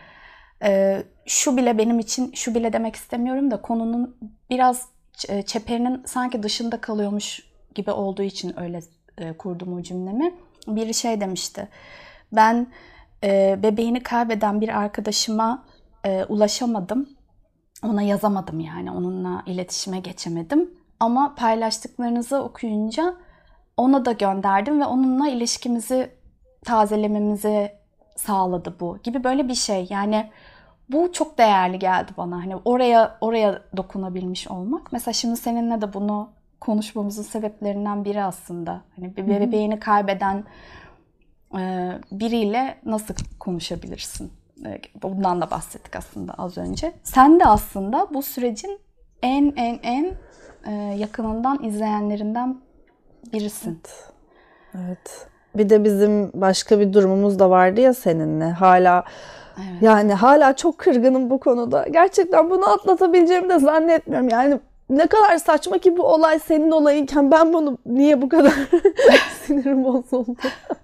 şu bile benim için, şu bile demek istemiyorum da konunun biraz çeperinin sanki dışında kalıyormuş gibi olduğu için öyle kurdum o cümlemi. Biri şey demişti. Ben bebeğini kaybeden bir arkadaşıma ulaşamadım. Ona yazamadım yani. Onunla iletişime geçemedim. Ama paylaştıklarınızı okuyunca ona da gönderdim ve onunla ilişkimizi tazelememizi sağladı bu gibi böyle bir şey. Yani bu çok değerli geldi bana. Hani oraya dokunabilmiş olmak. Mesela şimdi seninle de bunu konuşmamızın sebeplerinden biri aslında. Hani bir bebeğini kaybeden biriyle nasıl konuşabilirsin? Bundan da bahsettik aslında az önce. Sen de aslında bu sürecin en yakınından izleyenlerinden birisin. Evet. Bir de bizim başka bir durumumuz da vardı ya seninle. Evet. Yani hala çok kırgınım bu konuda. Gerçekten bunu atlatabileceğimi de zannetmiyorum. Yani ne kadar saçma ki bu olay senin olayınken ben bunu niye bu kadar sinirim bozuldu.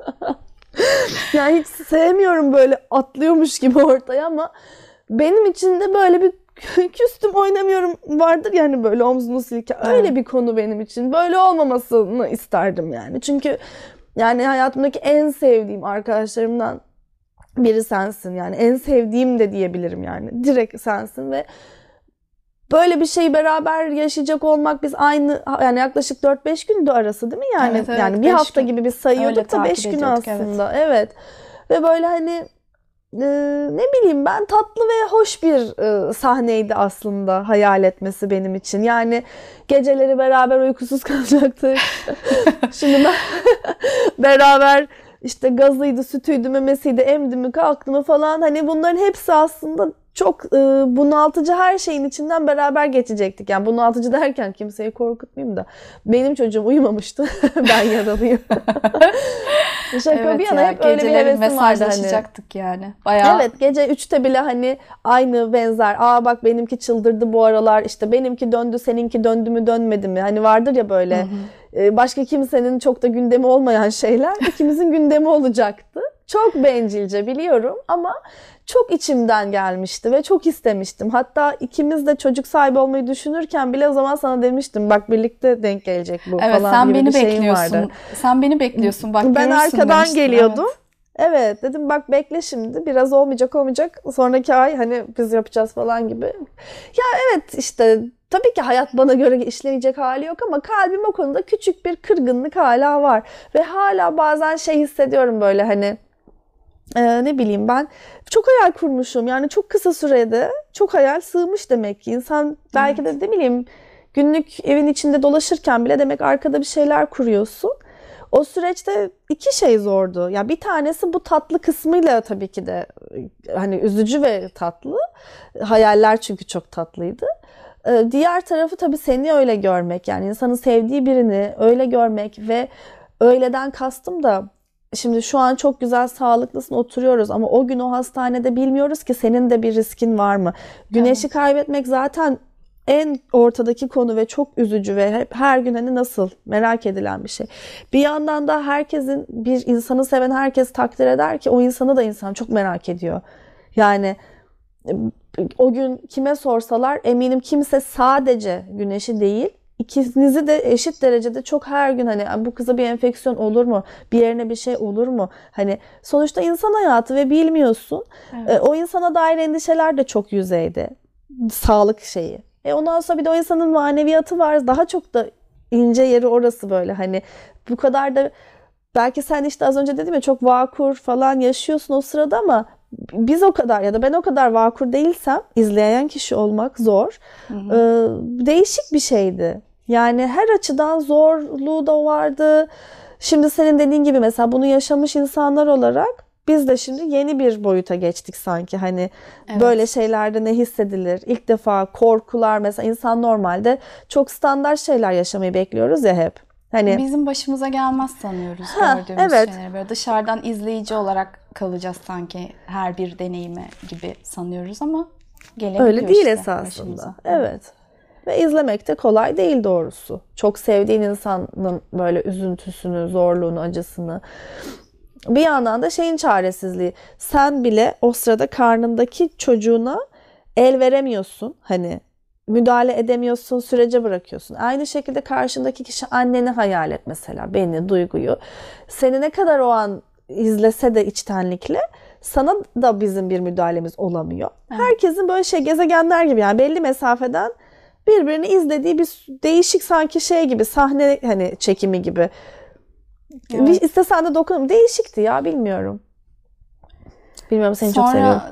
Yani hiç sevmiyorum böyle atlıyormuş gibi ortaya ama benim için de böyle bir küstüm oynamıyorum vardır yani böyle omzunu silke. Öyle bir konu benim için. Böyle olmamasını isterdim yani. Çünkü yani hayatımdaki en sevdiğim arkadaşlarımdan biri sensin yani. En sevdiğim de diyebilirim yani. Direkt sensin ve böyle bir şeyi beraber yaşayacak olmak biz aynı yani yaklaşık 4-5 gündü arası değil mi yani? Evet, yani bir hafta gibi biz sayıyorduk da 5 gün aslında. Evet. Ve böyle hani ne bileyim ben tatlı ve hoş bir sahneydi aslında hayal etmesi benim için. Yani geceleri beraber uykusuz kalacaktık. Şimdi ben beraber işte gazıydı, sütüydü, memesiydi, emdi mi, kalktı mı falan. Hani bunların hepsi aslında çok bunaltıcı her şeyin içinden beraber geçecektik. Yani bunaltıcı derken kimseyi korkutmayayım da. Benim çocuğum uyumamıştı. Ben yaralıyım. Şaka evet bir yana hep öyle bir hevesim vardı hani. Yani. Bayağı... Evet gece 3'te bile hani aynı benzer. Aa bak benimki çıldırdı bu aralar. İşte benimki döndü, seninki döndü mü dönmedi mi? Hani vardır ya böyle başka kimsenin çok da gündemi olmayan şeyler ikimizin gündemi olacaktı. Çok bencilce biliyorum ama çok içimden gelmişti ve çok istemiştim. Hatta ikimiz de çocuk sahibi olmayı düşünürken bile o zaman sana demiştim. Bak birlikte denk gelecek bu evet, falan gibi bir şeyim vardı. Evet sen beni bekliyorsun. Bak ben arkadan demiştim, geliyordum. Evet dedim bak bekle şimdi biraz olmayacak. Sonraki ay hani biz yapacağız falan gibi. Ya evet işte tabii ki hayat bana göre işleyecek hali yok ama kalbim o konuda küçük bir kırgınlık hala var. Ve hala bazen şey hissediyorum böyle hani ne bileyim ben çok hayal kurmuşum. Yani çok kısa sürede çok hayal sığmış demek ki. İnsan belki de ne bileyim günlük evin içinde dolaşırken bile demek arkada bir şeyler kuruyorsun. O süreçte iki şey zordu. Ya bir tanesi bu tatlı kısmıyla tabii ki de hani üzücü ve tatlı. Hayaller çünkü çok tatlıydı. Diğer tarafı tabii seni öyle görmek. Yani insanın sevdiği birini öyle görmek ve öyleden kastım da şimdi şu an çok güzel sağlıklısın oturuyoruz ama o gün o hastanede bilmiyoruz ki senin de bir riskin var mı? Güneşi kaybetmek zaten en ortadaki konu ve çok üzücü ve hep her gün hani nasıl merak edilen bir şey. Bir yandan da herkesin bir insanı seven herkes takdir eder ki o insanı da insan çok merak ediyor. Yani o gün kime sorsalar eminim kimse sadece Güneş'i değil, İkinizi de eşit derecede çok her gün hani bu kıza bir enfeksiyon olur mu? Bir yerine bir şey olur mu? Hani sonuçta insan hayatı ve bilmiyorsun. Evet. O insana dair endişeler de çok yüzeyde. Sağlık şeyi. Ondan sonra bir de o insanın maneviyatı var. Daha çok da ince yeri orası böyle. Hani bu kadar da belki sen işte az önce dedim ya çok vakur falan yaşıyorsun o sırada ama biz o kadar ya da ben o kadar vakur değilsem izleyen kişi olmak zor. Değişik bir şeydi. Yani her açıdan zorluğu da vardı. Şimdi senin dediğin gibi mesela bunu yaşamış insanlar olarak biz de şimdi yeni bir boyuta geçtik sanki. Hani böyle şeylerde ne hissedilir? İlk defa korkular mesela insan normalde çok standart şeyler yaşamayı bekliyoruz ya hep. Hani bizim başımıza gelmez sanıyoruz gördüğümüz şeyleri. Böyle dışarıdan izleyici olarak kalacağız sanki her bir deneyime gibi sanıyoruz ama gelebiliyor öyle değil işte esasında. başımıza. Evet. Ve izlemek de kolay değil doğrusu. Çok sevdiğin insanın böyle üzüntüsünü, zorluğunu, acısını. Bir yandan da şeyin çaresizliği. Sen bile o sırada karnındaki çocuğuna el veremiyorsun. Hani müdahale edemiyorsun, sürece bırakıyorsun. Aynı şekilde karşındaki kişi anneni hayal et mesela, beni, Duygu'yu. Seni ne kadar o an izlese de içtenlikle sana da bizim bir müdahalemiz olamıyor. Herkesin böyle gezegenler gibi yani belli mesafeden birbirini izlediği bir değişik sanki şey gibi sahne hani çekimi gibi. Evet. İstesen de dokunun. Değişikti ya bilmiyorum. Bilmiyorum seni çok seviyorum.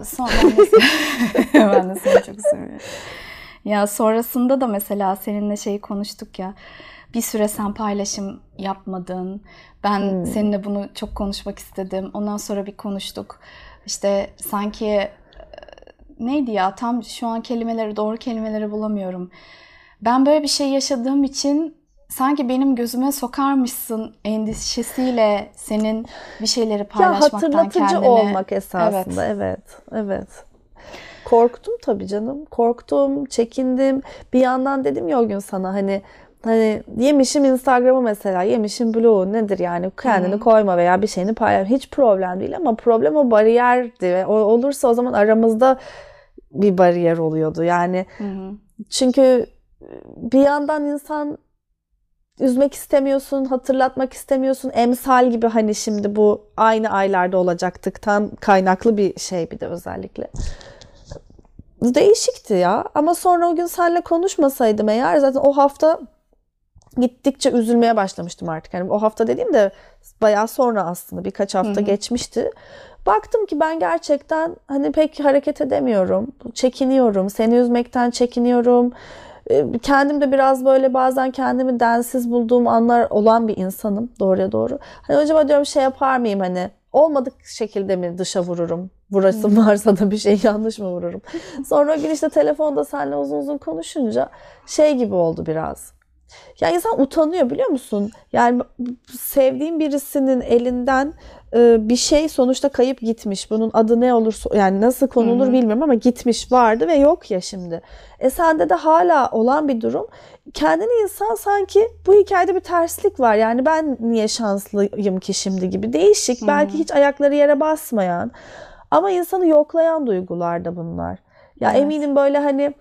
Ben de seni çok seviyorum. Ya sonrasında da mesela seninle şeyi konuştuk ya. Bir süre sen paylaşım yapmadın. Ben seninle bunu çok konuşmak istedim. Ondan sonra bir konuştuk. İşte sanki neydi ya tam şu an doğru kelimeleri bulamıyorum. Ben böyle bir şey yaşadığım için sanki benim gözüme sokarmışsın endişesiyle senin bir şeyleri paylaşmaktan kendine. Ya hatırlatıcı olmak esasında. Evet. Korktum tabii canım. Korktum, çekindim. Bir yandan dedim ya o gün sana hani yemişim Instagram'ı mesela, yemişim blogu nedir yani kendini koyma veya bir şeyini paylaş. Hiç problem değil ama problem o bariyerdi ve olursa o zaman aramızda bir bariyer oluyordu. Yani çünkü bir yandan insan üzmek istemiyorsun, hatırlatmak istemiyorsun. Emsal gibi hani şimdi bu aynı aylarda olacaktıktan kaynaklı bir şey bir de özellikle. Değişikti ya. Ama sonra o gün seninle konuşmasaydım eğer zaten o hafta gittikçe üzülmeye başlamıştım artık. Yani o hafta dediğim de bayağı sonra aslında birkaç hafta geçmişti. Baktım ki ben gerçekten hani pek hareket edemiyorum. Çekiniyorum. Seni üzmekten çekiniyorum. Kendim de biraz böyle bazen kendimi densiz bulduğum anlar olan bir insanım doğruya doğru. Hani acaba diyorum şey yapar mıyım hani olmadık şekilde mi dışa vururum? Vurasım varsa da bir şey yanlış mı vururum? Sonra o gün işte telefonda seninle uzun uzun konuşunca şey gibi oldu biraz. Ya insan utanıyor biliyor musun? Yani sevdiğim birisinin elinden bir şey sonuçta kayıp gitmiş. Bunun adı ne olursa yani nasıl konulur bilmiyorum ama gitmiş vardı ve yok ya şimdi. Sende de hala olan bir durum. Kendini insan sanki bu hikayede bir terslik var. Yani ben niye şanslıyım ki şimdi gibi değişik. Belki hiç ayakları yere basmayan ama insanı yoklayan duygular da bunlar. Ya eminim böyle hani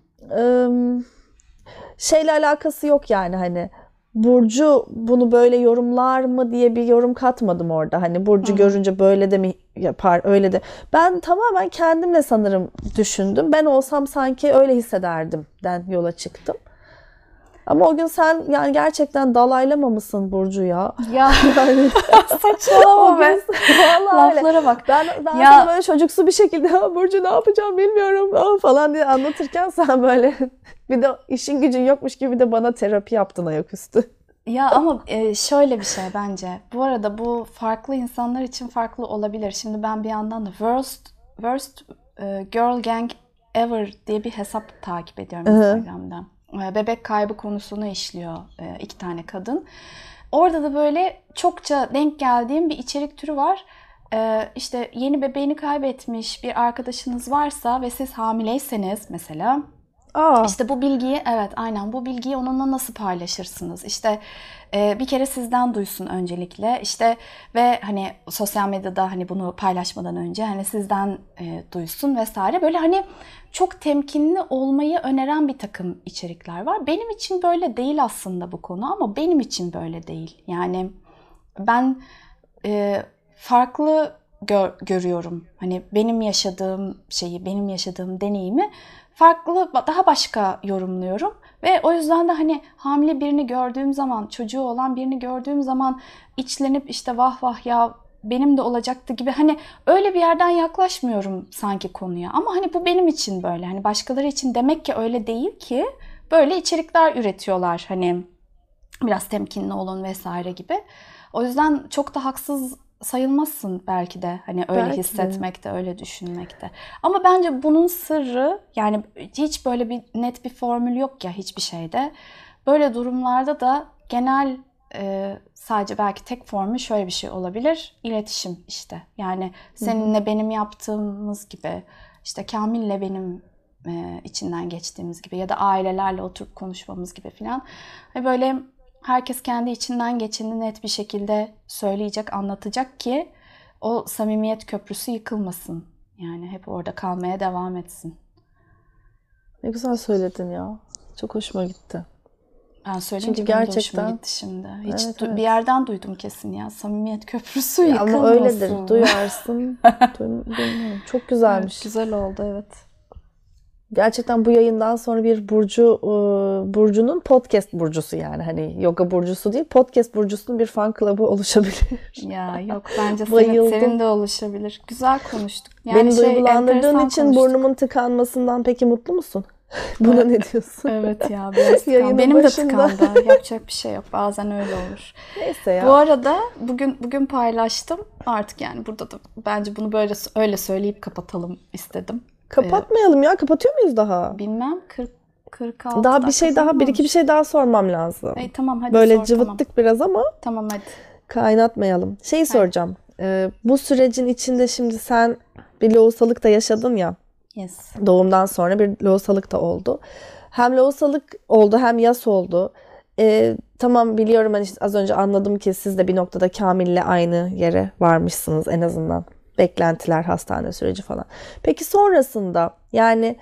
şeyle alakası yok yani hani Burcu bunu böyle yorumlar mı diye bir yorum katmadım orada. Hani Burcu görünce böyle de mi yapar öyle de. Ben tamamen kendimle sanırım düşündüm. Ben olsam sanki öyle hissederdim yola çıktım. Ama o gün sen yani gerçekten dalaylamamışsın Burcu ya. Ya saçmalama be. Laflara bak. Ben sana böyle çocuksu bir şekilde Burcu ne yapacağım bilmiyorum falan diye anlatırken sen böyle bir de işin gücün yokmuş gibi de bana terapi yaptın ayaküstü. Ya ama şöyle bir şey bence. Bu arada bu farklı insanlar için farklı olabilir. Şimdi ben bir yandan da Worst Girl Gang Ever diye bir hesap takip ediyorum Instagram'da. Bebek kaybı konusunu işliyor 2 tane kadın. Orada da böyle çokça denk geldiğim bir içerik türü var. İşte yeni bebeğini kaybetmiş bir arkadaşınız varsa ve siz hamileyseniz mesela İşte bu bilgiyi, evet aynen bu bilgiyi onunla nasıl paylaşırsınız? İşte bir kere sizden duysun öncelikle. İşte ve hani sosyal medyada hani bunu paylaşmadan önce hani sizden duysun vesaire. Böyle hani çok temkinli olmayı öneren bir takım içerikler var. Benim için böyle değil aslında bu konu, ama benim için böyle değil. Yani ben farklı görüyorum. Hani benim yaşadığım şeyi, benim yaşadığım deneyimi farklı, daha başka yorumluyorum. Ve o yüzden de hani hamile birini gördüğüm zaman, çocuğu olan birini gördüğüm zaman içlenip işte vah vah ya benim de olacaktı gibi, hani öyle bir yerden yaklaşmıyorum sanki konuya. Ama hani bu benim için böyle. Hani başkaları için demek ki öyle değil ki böyle içerikler üretiyorlar. Hani biraz temkinli olun vesaire gibi. O yüzden çok da haksız sayılmazsın belki de, hani öyle Belki hissetmekte, öyle düşünmekte. Ama bence bunun sırrı, yani hiç böyle bir net bir formül yok ya hiçbir şeyde. Böyle durumlarda da genel sadece belki tek formül şöyle bir şey olabilir. İletişim işte. Yani seninle benim yaptığımız gibi, işte Kamil'le benim içinden geçtiğimiz gibi ya da ailelerle oturup konuşmamız gibi falan. Böyle herkes kendi içinden geçeni net bir şekilde söyleyecek, anlatacak ki o samimiyet köprüsü yıkılmasın. Yani hep orada kalmaya devam etsin. Ne güzel söyledin ya. Çok hoşuma gitti. Ben söyleyince Çünkü benim de gerçekten hoşuma gitti şimdi. Hiç evet. bir yerden duydum kesin ya. Samimiyet köprüsü Ya yıkılmasın. ama öyledir. Duyarsın. Bilmiyorum. Çok güzelmiş. Evet, güzel oldu, evet. Gerçekten bu yayından sonra bir burcunun podcast burcusu, yani hani yoga burcusu değil, podcast burcusunun bir fan club'ı oluşabilir. Ya yok, bence Bayıldım. senin de oluşabilir. Güzel konuştuk. Yani Beni duygulandırdığın için konuştuk. burnumun tıkanmasından peki mutlu musun? Buna ne diyorsun? Evet ya, biraz tıkandı. Yayının Benim başında. de tıkandı. Yapacak bir şey yok. Bazen öyle olur. Neyse ya. Bu arada bugün paylaştım. Artık yani burada da bence bunu böyle öyle söyleyip kapatalım istedim. Kapatmayalım ya. Kapatıyor muyuz daha? Bilmem 46 Daha bir şey daha, bir iki bir şey daha sormam lazım. Tamam hadi Böyle sor, cıvıttık biraz ama tamam hadi. kaynatmayalım. Soracağım. Bu sürecin içinde şimdi sen bir lohusalık da yaşadın ya. Yes. Doğumdan sonra bir lohusalık da oldu. Hem lohusalık oldu hem yas oldu. Tamam, biliyorum, hani az önce anladım ki siz de bir noktada Kamil'le aynı yere varmışsınız en azından. Beklentiler, hastane süreci falan. Peki sonrasında, yani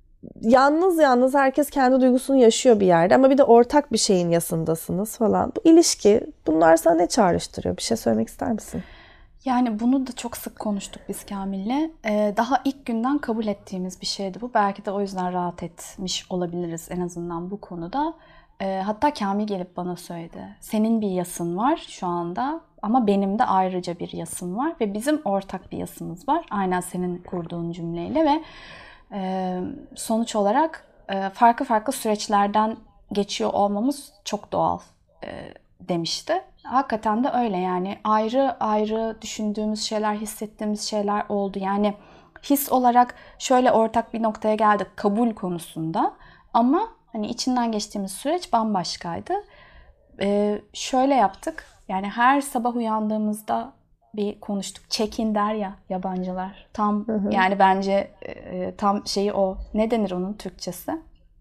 yalnız herkes kendi duygusunu yaşıyor bir yerde ama bir de ortak bir şeyin yasındasınız falan. Bu ilişki, bunlar sana ne çağrıştırıyor? Bir şey söylemek ister misin? Yani bunu da çok sık konuştuk biz Kamil'le. Daha ilk günden kabul ettiğimiz bir şeydi bu. Belki de o yüzden rahat etmiş olabiliriz en azından bu konuda. Hatta Kamil gelip bana söyledi. Senin bir yasın var şu anda ama benim de ayrıca bir yasım var ve bizim ortak bir yasımız var. Aynen senin kurduğun cümleyle ve sonuç olarak farklı süreçlerden geçiyor olmamız çok doğal demişti. Hakikaten de öyle, yani ayrı düşündüğümüz şeyler, hissettiğimiz şeyler oldu. Yani his olarak şöyle ortak bir noktaya geldik kabul konusunda, ama hani içinden geçtiğimiz süreç bambaşkaydı. Şöyle yaptık, yani her sabah uyandığımızda bir konuştuk. Check-in der ya yabancılar. Tam yani bence tam şeyi o. Ne denir onun Türkçesi?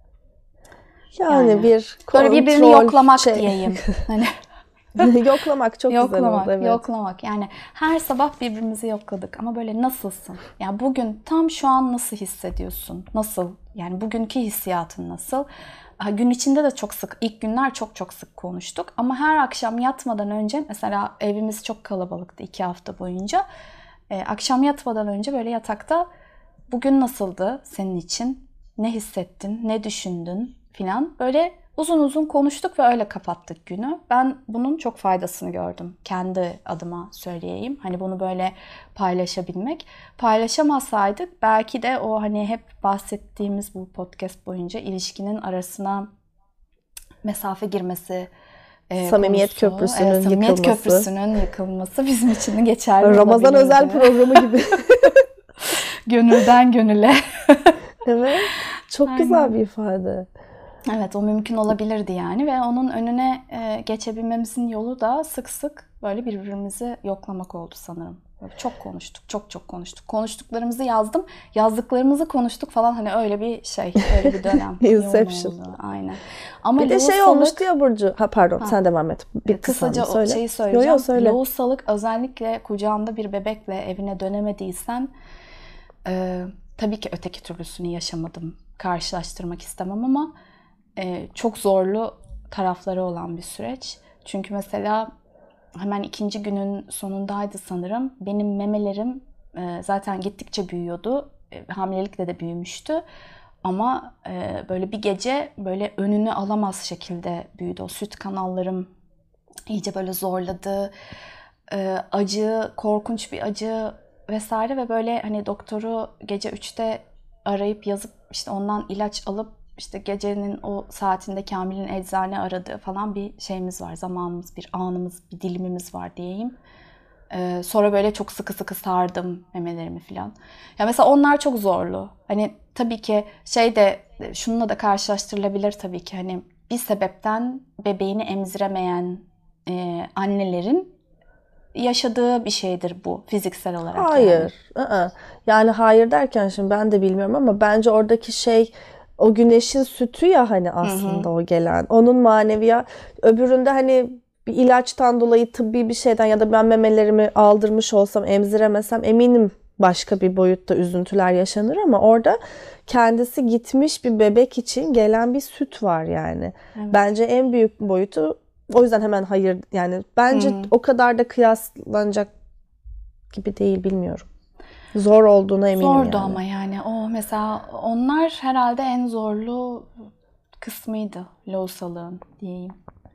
Yani bir böyle birbirini yoklamak diyeyim. Hani yoklamak çok güzel oldu. Evet. Yoklamak. Yani her sabah birbirimizi yokladık. Ama böyle nasılsın? Yani bugün tam şu an nasıl hissediyorsun? Nasıl? Yani bugünkü hissiyatın nasıl? Gün içinde de çok sık, ilk günler çok sık konuştuk. Ama her akşam yatmadan önce, mesela evimiz çok kalabalıktı 2 hafta boyunca. Akşam yatmadan önce böyle yatakta bugün nasıldı senin için? Ne hissettin? Ne düşündün? Filan. Böyle uzun konuştuk ve öyle kapattık günü. Ben bunun çok faydasını gördüm. Kendi adıma söyleyeyim. Hani bunu böyle paylaşabilmek. Paylaşamasaydık belki de o hani hep bahsettiğimiz bu podcast boyunca ilişkinin arasına mesafe girmesi Samimiyet konusu, köprüsünün yıkılması bizim için geçerli Ramazan özel programı gibi. Gönülden gönüle. Evet. Çok Aynen. güzel bir ifade. Evet, o mümkün olabilirdi yani ve onun önüne geçebilmemizin yolu da sık böyle birbirimizi yoklamak oldu sanırım. Çok konuştuk, çok konuştuk. Konuştuklarımızı yazdım, yazdıklarımızı konuştuk falan, hani öyle bir şey, öyle bir dönem. Inception. Yoğun oldu, aynen. Ama Bir de şey olmuştu ya Burcu. Pardon, sen devam et. Kısaca o şeyi söyleyeceğim. Lohusalık, özellikle kucağında bir bebekle evine dönemediysen, tabii ki öteki türlüsünü yaşamadım. Karşılaştırmak istemem ama çok zorlu tarafları olan bir süreç. Çünkü mesela hemen 2. günün sonundaydı sanırım. Benim memelerim zaten gittikçe büyüyordu. Hamilelikle de büyümüştü. Ama böyle bir gece böyle önünü alamaz şekilde büyüdü. O süt kanallarım iyice böyle zorladı. Acı, korkunç bir acı vesaire ve böyle hani doktoru gece 3'te arayıp yazıp işte ondan ilaç alıp işte gecenin o saatinde Kamil'in eczane aradığı falan bir şeyimiz var. Zamanımız, bir anımız, bir dilimimiz var diyeyim. Sonra böyle çok sıkı sıkı sardım memelerimi falan. Ya mesela onlar çok zorlu. Hani tabii ki şununla da karşılaştırılabilir tabii ki. Hani bir sebepten bebeğini emziremeyen annelerin yaşadığı bir şeydir bu fiziksel olarak. Hayır. Yani. Yani hayır derken şimdi ben de bilmiyorum ama bence oradaki şey o güneşin sütü ya hani aslında o gelen. Onun maneviyat. Öbüründe hani bir ilaçtan dolayı tıbbi bir şeyden ya da ben memelerimi aldırmış olsam emziremesem eminim başka bir boyutta üzüntüler yaşanır ama orada kendisi gitmiş bir bebek için gelen bir süt var yani. Evet. Bence en büyük boyutu o yüzden hemen hayır yani bence o kadar da kıyaslanacak gibi değil, bilmiyorum. Zor olduğuna eminim. Zordu yani. Ama yani o mesela onlar herhalde en zorlu kısmıydı lohusalığın diyeyim.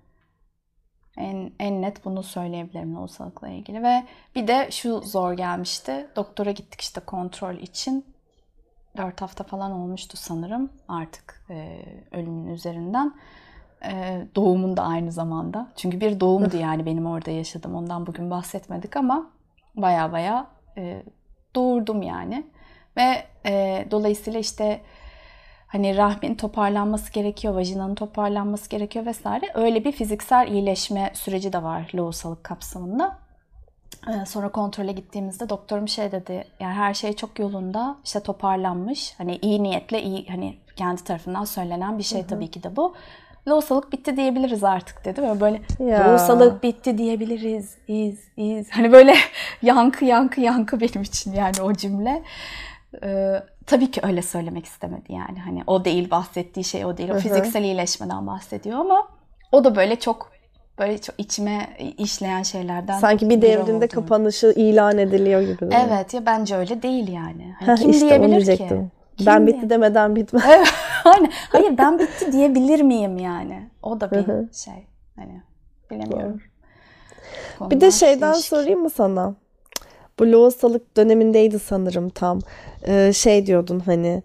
En net bunu söyleyebilirim lohusalıkla ilgili. Ve bir de şu zor gelmişti. Doktora gittik işte kontrol için. 4 hafta falan olmuştu sanırım artık ölümün üzerinden. Doğumun da aynı zamanda. Çünkü bir doğumdu yani benim orada yaşadığım. Ondan bugün bahsetmedik ama baya doğurdum yani. Ve dolayısıyla işte hani rahmin toparlanması gerekiyor, vajinanın toparlanması gerekiyor vesaire. Öyle bir fiziksel iyileşme süreci de var lohusalık kapsamında. Sonra kontrole gittiğimizde doktorum şey dedi, yani her şey çok yolunda, işte toparlanmış. Hani iyi niyetle, iyi hani kendi tarafından söylenen bir şey tabii ki de bu. Lohusalık bitti diyebiliriz artık dedi. Böyle lohusalık bitti diyebiliriz. Hani böyle yankı benim için yani o cümle. Tabii ki öyle söylemek istemedi yani. Hani o değil, bahsettiği şey o değil. O fiziksel iyileşmeden bahsediyor ama o da böyle çok içime işleyen şeylerden. Sanki bir devrinde kapanışı ilan ediliyor gibi. Değil mi? Evet ya, bence öyle değil yani. Hani kim işte diyebilir ki? Ben bitti demeden bitmez. Evet, aynen. Hayır, ben bitti diyebilir miyim yani? O da bir şey. Hani bilemiyorum. Bir de şeyden sorayım mı sana? Bu lohusalık dönemindeydi sanırım tam. Şey diyordun hani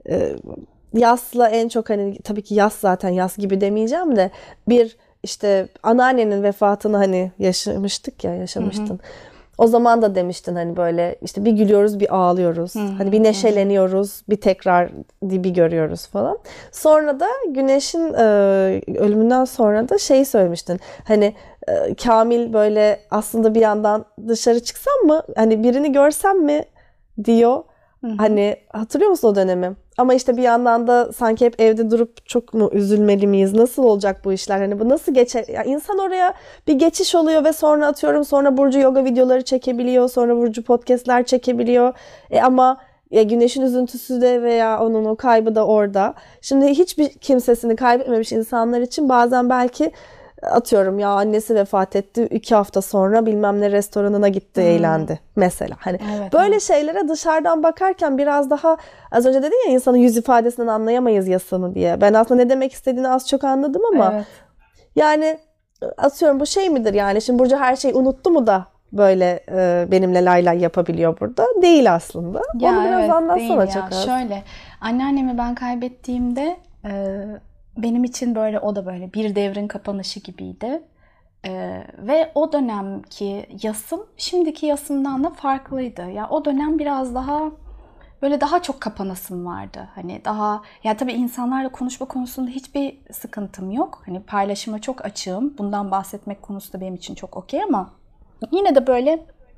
yasla en çok hani tabii ki yas zaten yas gibi demeyeceğim de bir işte anneannenin vefatını hani yaşamıştın. O zaman da demiştin hani böyle işte bir gülüyoruz bir ağlıyoruz. Hani bir neşeleniyoruz bir tekrar dibi görüyoruz falan. Sonra da Güneş'in ölümünden sonra da şey söylemiştin. Hani Kamil böyle aslında bir yandan dışarı çıksam mı? Hani birini görsem mi diyor. Hani hatırlıyor musun o dönemi? Ama işte bir yandan da sanki hep evde durup çok mu üzülmeli miyiz? Nasıl olacak bu işler? Hani bu nasıl geçer? Ya insan oraya bir geçiş oluyor ve sonra Burcu yoga videoları çekebiliyor. Sonra Burcu podcastler çekebiliyor. Ama Güneş'in üzüntüsü de veya onun o kaybı da orada. Şimdi hiçbir kimsesini kaybetmemiş insanlar için bazen belki atıyorum ya annesi vefat etti 2 hafta sonra bilmem ne restoranına gitti eğlendi mesela. Hani böyle şeylere dışarıdan bakarken biraz daha az önce dedin ya insanın yüz ifadesinden anlayamayız yasını diye. Ben aslında ne demek istediğini az çok anladım ama yani atıyorum bu şey midir yani şimdi Burcu her şeyi unuttu mu da böyle benimle lay lay yapabiliyor burada? Değil aslında. Ya onu biraz anlatsana çok az. Şöyle anneannemi ben kaybettiğimde benim için böyle o da böyle bir devrin kapanışı gibiydi. Ve o dönemki yasım şimdiki yasımdan da farklıydı. Ya o dönem biraz daha böyle daha çok kapanasım vardı. Hani daha ya tabii insanlarla konuşma konusunda hiçbir sıkıntım yok. Hani paylaşıma çok açığım. Bundan bahsetmek konusu da benim için çok okey ama yine de böyle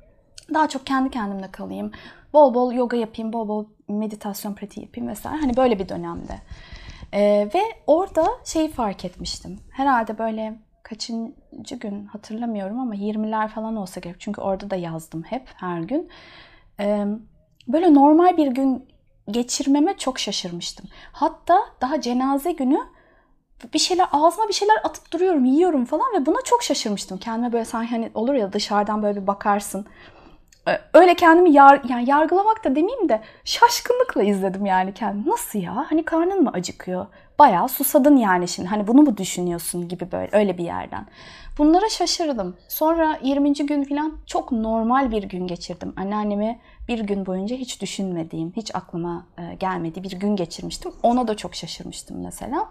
Daha çok kendi kendimle kalayım. Bol bol yoga yapayım, bol bol meditasyon pratiği yapayım vesaire. Hani böyle bir dönemde. Ve orada şeyi fark etmiştim. Herhalde böyle kaçıncı gün hatırlamıyorum ama 20'ler falan olsa gerek. Çünkü orada da yazdım hep her gün. Böyle normal bir gün geçirmeme çok şaşırmıştım. Hatta daha cenaze günü ağzıma bir şeyler atıp duruyorum, yiyorum falan ve buna çok şaşırmıştım. Kendime böyle sanki hani olur ya dışarıdan böyle bir bakarsın. Öyle kendimi yani yargılamak da demeyeyim de şaşkınlıkla izledim yani kendimi. Nasıl ya? Hani karnın mı acıkıyor? Bayağı susadın yani şimdi. Hani bunu mu düşünüyorsun gibi böyle öyle bir yerden. Bunlara şaşırdım. Sonra 20. gün falan çok normal bir gün geçirdim. Anneannemi bir gün boyunca hiç düşünmediğim, hiç aklıma gelmediği bir gün geçirmiştim. Ona da çok şaşırmıştım mesela.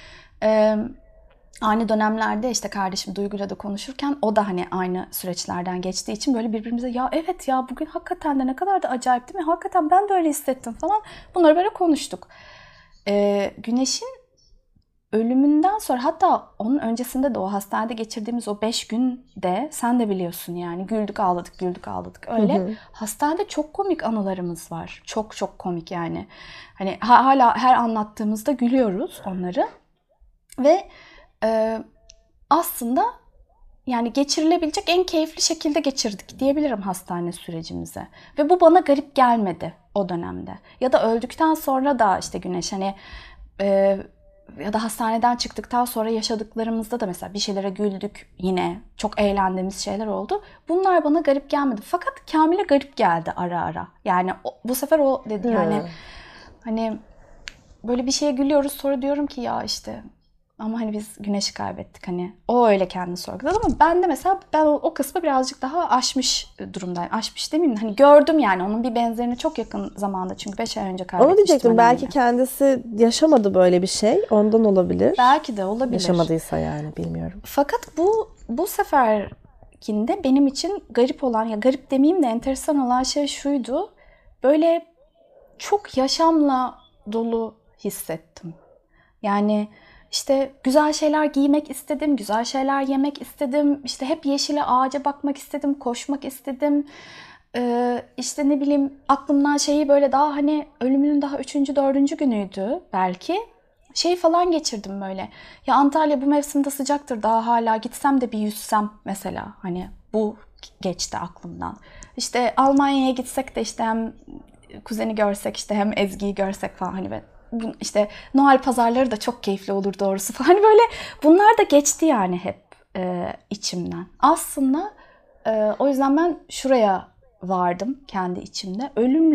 Aynı dönemlerde işte kardeşim Duygu'yla da konuşurken o da hani aynı süreçlerden geçtiği için böyle birbirimize ya evet ya bugün hakikaten de ne kadar da acayip değil mi? Hakikaten ben de öyle hissettim falan. Bunları böyle konuştuk. Güneş'in ölümünden sonra hatta onun öncesinde de o hastanede geçirdiğimiz o 5 günde sen de biliyorsun yani güldük ağladık öyle. Hastanede çok komik anılarımız var. Çok çok komik yani. Hani hala her anlattığımızda gülüyoruz onları. Ve aslında yani geçirilebilecek en keyifli şekilde geçirdik diyebilirim hastane sürecimize. Ve bu bana garip gelmedi o dönemde. Ya da öldükten sonra da işte Güneş hani ya da hastaneden çıktıktan sonra yaşadıklarımızda da mesela bir şeylere güldük yine. Çok eğlendiğimiz şeyler oldu. Bunlar bana garip gelmedi. Fakat Kamil'e garip geldi ara ara. Yani bu sefer o dedi yani hani böyle bir şeye gülüyoruz sonra diyorum ki ya işte ama hani biz Güneş'i kaybettik hani o öyle kendini sorguladı ama ben de mesela ben o kısmı birazcık daha aşmış durumdayım. Aşmış demeyeyim de hani gördüm yani onun bir benzerini çok yakın zamanda çünkü 5 ay önce kaybetmiştim. Onu diyecektim belki kendisi yaşamadı böyle bir şey ondan olabilir. Belki de olabilir. Yaşamadıysa yani bilmiyorum. Fakat bu seferkinde benim için garip olan ya garip demeyeyim de enteresan olan şey şuydu. Böyle çok yaşamla dolu hissettim. Yani İşte güzel şeyler giymek istedim, güzel şeyler yemek istedim. İşte hep yeşile ağaca bakmak istedim, koşmak istedim. İşte ne bileyim aklımdan şeyi böyle daha hani ölümünün daha 3. 4. günüydü belki. Şey falan geçirdim böyle. Ya Antalya bu mevsimde sıcaktır daha hala gitsem de bir yüzsem mesela. Hani bu geçti aklımdan. İşte Almanya'ya gitsek de işte hem kuzeni görsek işte hem Ezgi'yi görsek falan hani ben işte Noel pazarları da çok keyifli olur doğrusu falan. Hani böyle bunlar da geçti yani hep içimden. Aslında o yüzden ben şuraya vardım kendi içimde.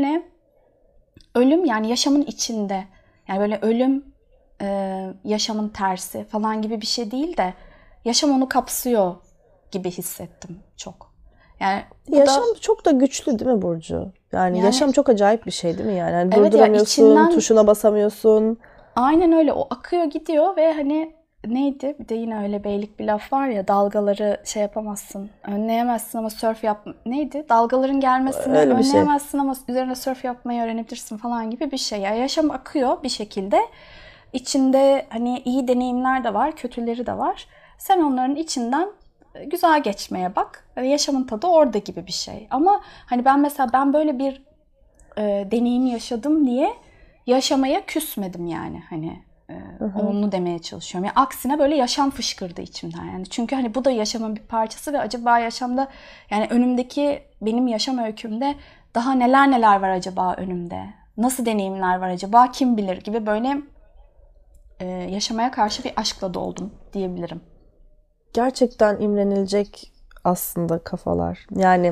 Ölüm yani yaşamın içinde. Yani böyle ölüm yaşamın tersi falan gibi bir şey değil de yaşam onu kapsıyor gibi hissettim çok. Yani yaşam çok da güçlü değil mi Burcu? Yani yaşam çok acayip bir şey değil mi yani? Yani evet durduramıyorsun, ya içinden, tuşuna basamıyorsun. Aynen öyle. O akıyor gidiyor ve hani neydi? Bir de yine öyle beylik bir laf var ya dalgaları şey yapamazsın, önleyemezsin ama surf yap... Neydi? Dalgaların gelmesini önleyemezsin şey. Ama üzerine surf yapmayı öğrenebilirsin falan gibi bir şey. Yani yaşam akıyor bir şekilde. İçinde hani iyi deneyimler de var, kötüleri de var. Sen onların içinden güzel geçmeye bak. Yaşamın tadı orada gibi bir şey. Ama hani ben böyle bir deneyimi yaşadım diye yaşamaya küsmedim yani hani onu demeye çalışıyorum. Yani aksine böyle yaşam fışkırdı içimden yani. Çünkü hani bu da yaşamın bir parçası ve acaba yaşamda yani önümdeki benim yaşam öykümde daha neler var acaba önümde? Nasıl deneyimler var acaba? Kim bilir gibi böyle yaşamaya karşı bir aşkla doldum diyebilirim. Gerçekten imrenilecek aslında kafalar. Yani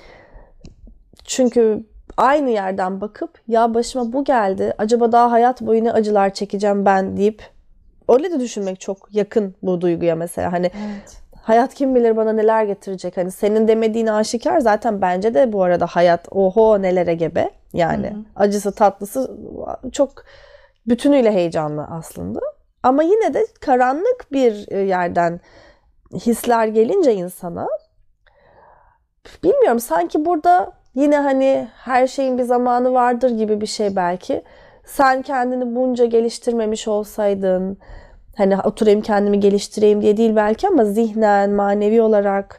çünkü aynı yerden bakıp ya başıma bu geldi. Acaba daha hayat boyu ne acılar çekeceğim ben deyip öyle de düşünmek çok yakın bu duyguya mesela. Hani evet. Hayat kim bilir bana neler getirecek. Hani senin demediğin aşikar zaten bence de bu arada hayat oho nelere gebe. Yani acısı tatlısı çok bütünüyle heyecanlı aslında. Ama yine de karanlık bir yerden hisler gelince insana bilmiyorum sanki burada yine hani her şeyin bir zamanı vardır gibi bir şey belki. Sen kendini bunca geliştirmemiş olsaydın hani oturayım kendimi geliştireyim diye değil belki ama zihnen, manevi olarak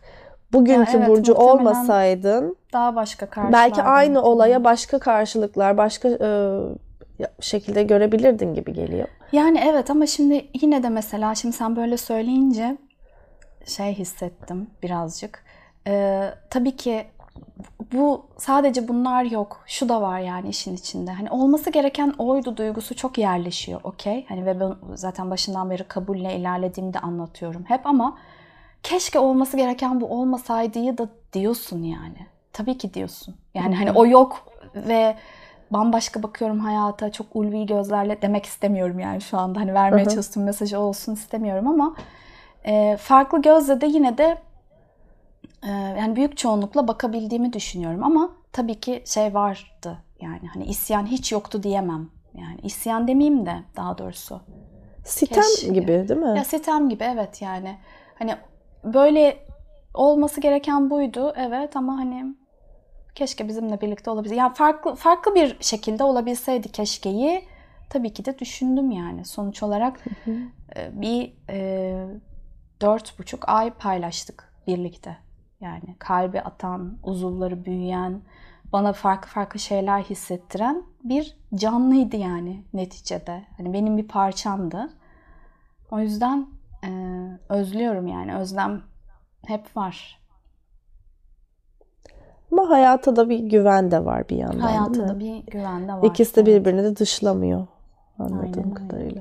bugünkü Ya evet, Burcu muhtemelen olmasaydın daha başka belki karşılardım aynı muhtemelen. olaya başka karşılıklar, başka şekilde görebilirdin gibi geliyor. Yani evet, ama şimdi yine de mesela şimdi sen böyle söyleyince şey hissettim birazcık. Tabii ki bu sadece bunlar yok. Şu da var yani işin içinde. Hani olması gereken oydu duygusu çok yerleşiyor. Okey. Hani ve ben zaten başından beri kabulle ilerlediğimi de anlatıyorum hep, ama keşke olması gereken bu olmasaydı'yı da diyorsun yani. Tabii ki diyorsun. Yani hani o yok ve bambaşka bakıyorum hayata, çok ulvi gözlerle demek istemiyorum yani şu anda. Hani vermeye çalıştığım mesajı olsun istemiyorum, ama farklı gözle de yine de yani büyük çoğunlukla bakabildiğimi düşünüyorum, ama tabii ki şey vardı yani, hani isyan hiç yoktu diyemem. Yani isyan demeyeyim de daha doğrusu. Sitem Keşke. gibi değil mi? Ya sitem gibi, evet yani. Hani böyle olması gereken buydu, evet, ama hani keşke bizimle birlikte olabilse. Yani farklı bir şekilde olabilseydi keşkeyi tabii ki de düşündüm yani. Sonuç olarak bir 4,5 ay paylaştık birlikte. Yani kalbi atan, uzuvları büyüyen, bana farklı şeyler hissettiren bir canlıydı yani neticede. Hani benim bir parçamdı. O yüzden özlüyorum yani. Özlem hep var. Ama hayata da bir güven de var bir yandan, Hayata değil da mi? bir güven de var. İkisi de Evet. birbirini de dışlamıyor anladığım Aynen öyle. kadarıyla.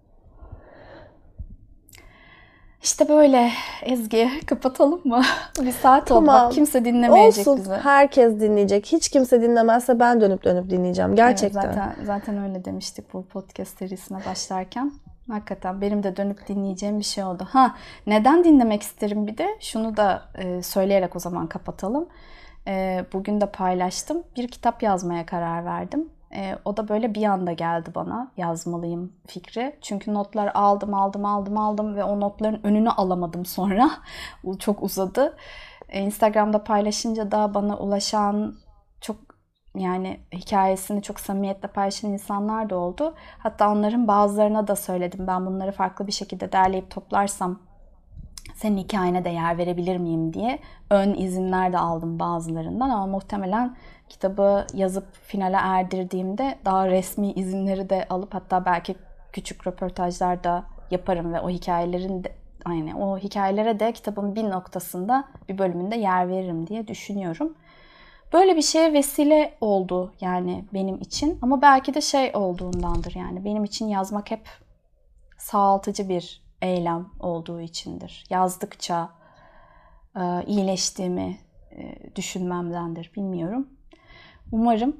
İşte böyle Ezgi, kapatalım mı? Bir saat oldu. Tamam. Bak kimse dinlemeyecek Olsun. bizi. Herkes dinleyecek. Hiç kimse dinlemezse ben dönüp dinleyeceğim. Gerçekten. Evet, zaten öyle demiştik bu podcast serisine başlarken. Hakikaten benim de dönüp dinleyeceğim bir şey oldu. Neden dinlemek isterim bir de? Şunu da söyleyerek o zaman kapatalım. Bugün de paylaştım. Bir kitap yazmaya karar verdim. O da böyle bir anda geldi bana, yazmalıyım fikri. Çünkü notlar aldım ve o notların önünü alamadım sonra. Çok uzadı. Instagram'da paylaşınca da bana ulaşan, çok yani hikayesini çok samimiyetle paylaşan insanlar da oldu. Hatta onların bazılarına da söyledim. Ben bunları farklı bir şekilde derleyip toplarsam senin hikayene de yer verebilir miyim diye ön izinler de aldım bazılarından, ama muhtemelen kitabı yazıp finale erdirdiğimde daha resmi izinleri de alıp hatta belki küçük röportajlar da yaparım ve o hikayelerin de, yani o hikayelere de kitabın bir noktasında, bir bölümünde yer veririm diye düşünüyorum. Böyle bir şeye vesile oldu yani benim için, ama belki de şey olduğundandır yani benim için yazmak hep sağaltıcı bir eylem olduğu içindir. Yazdıkça iyileştiğimi düşünmemdendir, bilmiyorum. Umarım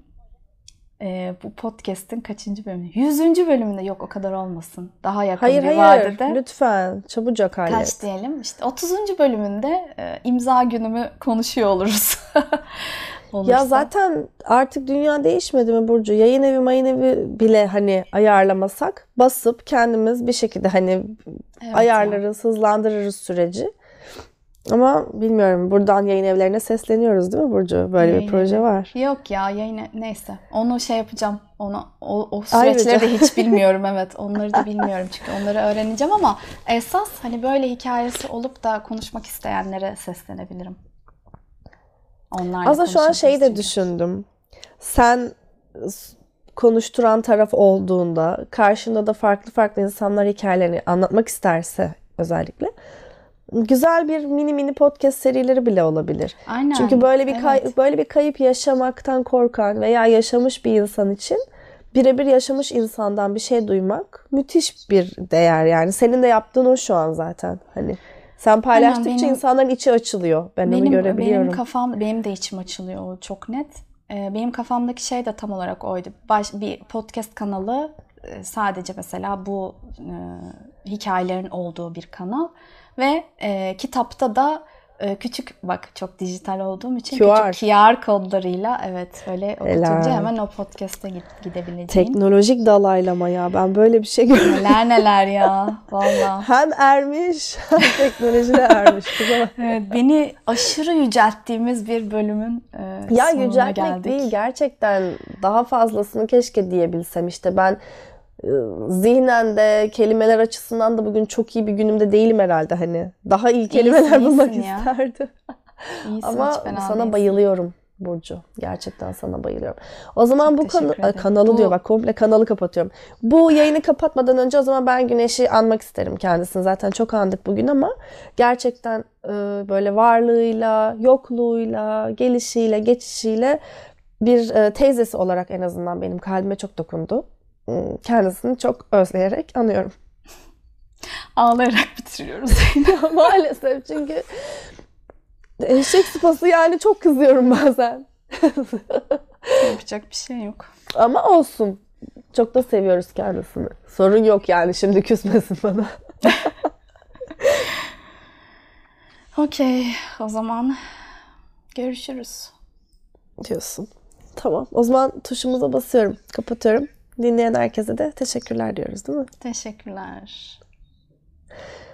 bu podcast'in kaçıncı bölümü? 100. bölümünde, yok o kadar olmasın. Daha yakın bir vadede. Lütfen çabucak hallet. Kaç diyelim? İşte 30. bölümünde imza günümü konuşuyor oluruz. Ya zaten artık dünya değişmedi mi Burcu? Yayın evi bile hani ayarlamasak basıp kendimiz bir şekilde hani ayarlarız, hızlandırırız süreci. Ama bilmiyorum, buradan yayın evlerine sesleniyoruz değil mi Burcu? Böyle yayın bir proje var. Yok ya, neyse. Onu şey yapacağım. O süreçleri de hiç bilmiyorum, evet. Onları da bilmiyorum çünkü onları öğreneceğim, ama esas hani böyle hikayesi olup da konuşmak isteyenlere seslenebilirim. Onlarla aslında şu an şeyi de düşündüm. Sen konuşturan taraf olduğunda karşında da farklı insanlar hikayelerini anlatmak isterse özellikle güzel bir mini podcast serileri bile olabilir. Aynen. Çünkü böyle bir kayıp yaşamaktan korkan veya yaşamış bir insan için birebir yaşamış insandan bir şey duymak müthiş bir değer yani. Senin de yaptığın o şu an zaten. Hani sen paylaştıkça insanların içi açılıyor. Ben onu görebiliyorum. Benim de içim açılıyor, o çok net. Benim kafamdaki şey de tam olarak oydu. Bir podcast kanalı, sadece mesela bu hikayelerin olduğu bir kanal ve kitapta da küçük, bak çok dijital olduğum için küçük QR kodlarıyla, evet, öyle okutunca hemen o podcast'a gidebileceğim. Teknolojik dalaylama ya, ben böyle bir şey görmedim. Neler ya valla. Hem ermiş hem teknolojide ermiş. Evet, beni aşırı yücelttiğimiz bir bölümün ya sonuna yüceltmek geldik. değil, gerçekten daha fazlasını keşke diyebilsem. İşte ben zihnen de kelimeler açısından da bugün çok iyi bir günümde değilim herhalde, hani daha iyi kelimeler bulmak isterdim. İyisin, Ama hiç fena sana değilsin. bayılıyorum Burcu. Gerçekten sana bayılıyorum. O zaman bu teşekkür ederim. kanalı diyor bak, komple kanalı kapatıyorum. Bu yayını kapatmadan önce o zaman ben Güneş'i anmak isterim kendisini. Zaten çok andık bugün ama gerçekten böyle varlığıyla, yokluğuyla, gelişiyle, geçişiyle bir teyzesi olarak en azından benim kalbime çok dokundu. Kendisini çok özleyerek anıyorum. Ağlayarak bitiriyoruz. Maalesef, çünkü eşek sıpası, yani çok kızıyorum bazen. Yapacak bir şey yok. Ama olsun. Çok da seviyoruz kendisini. Sorun yok yani, şimdi küsmesin bana. Okey, o zaman görüşürüz. Diyorsun. Tamam. O zaman tuşumuza basıyorum. Kapatıyorum. Dinleyen herkese de teşekkürler diyoruz, değil mi? Teşekkürler.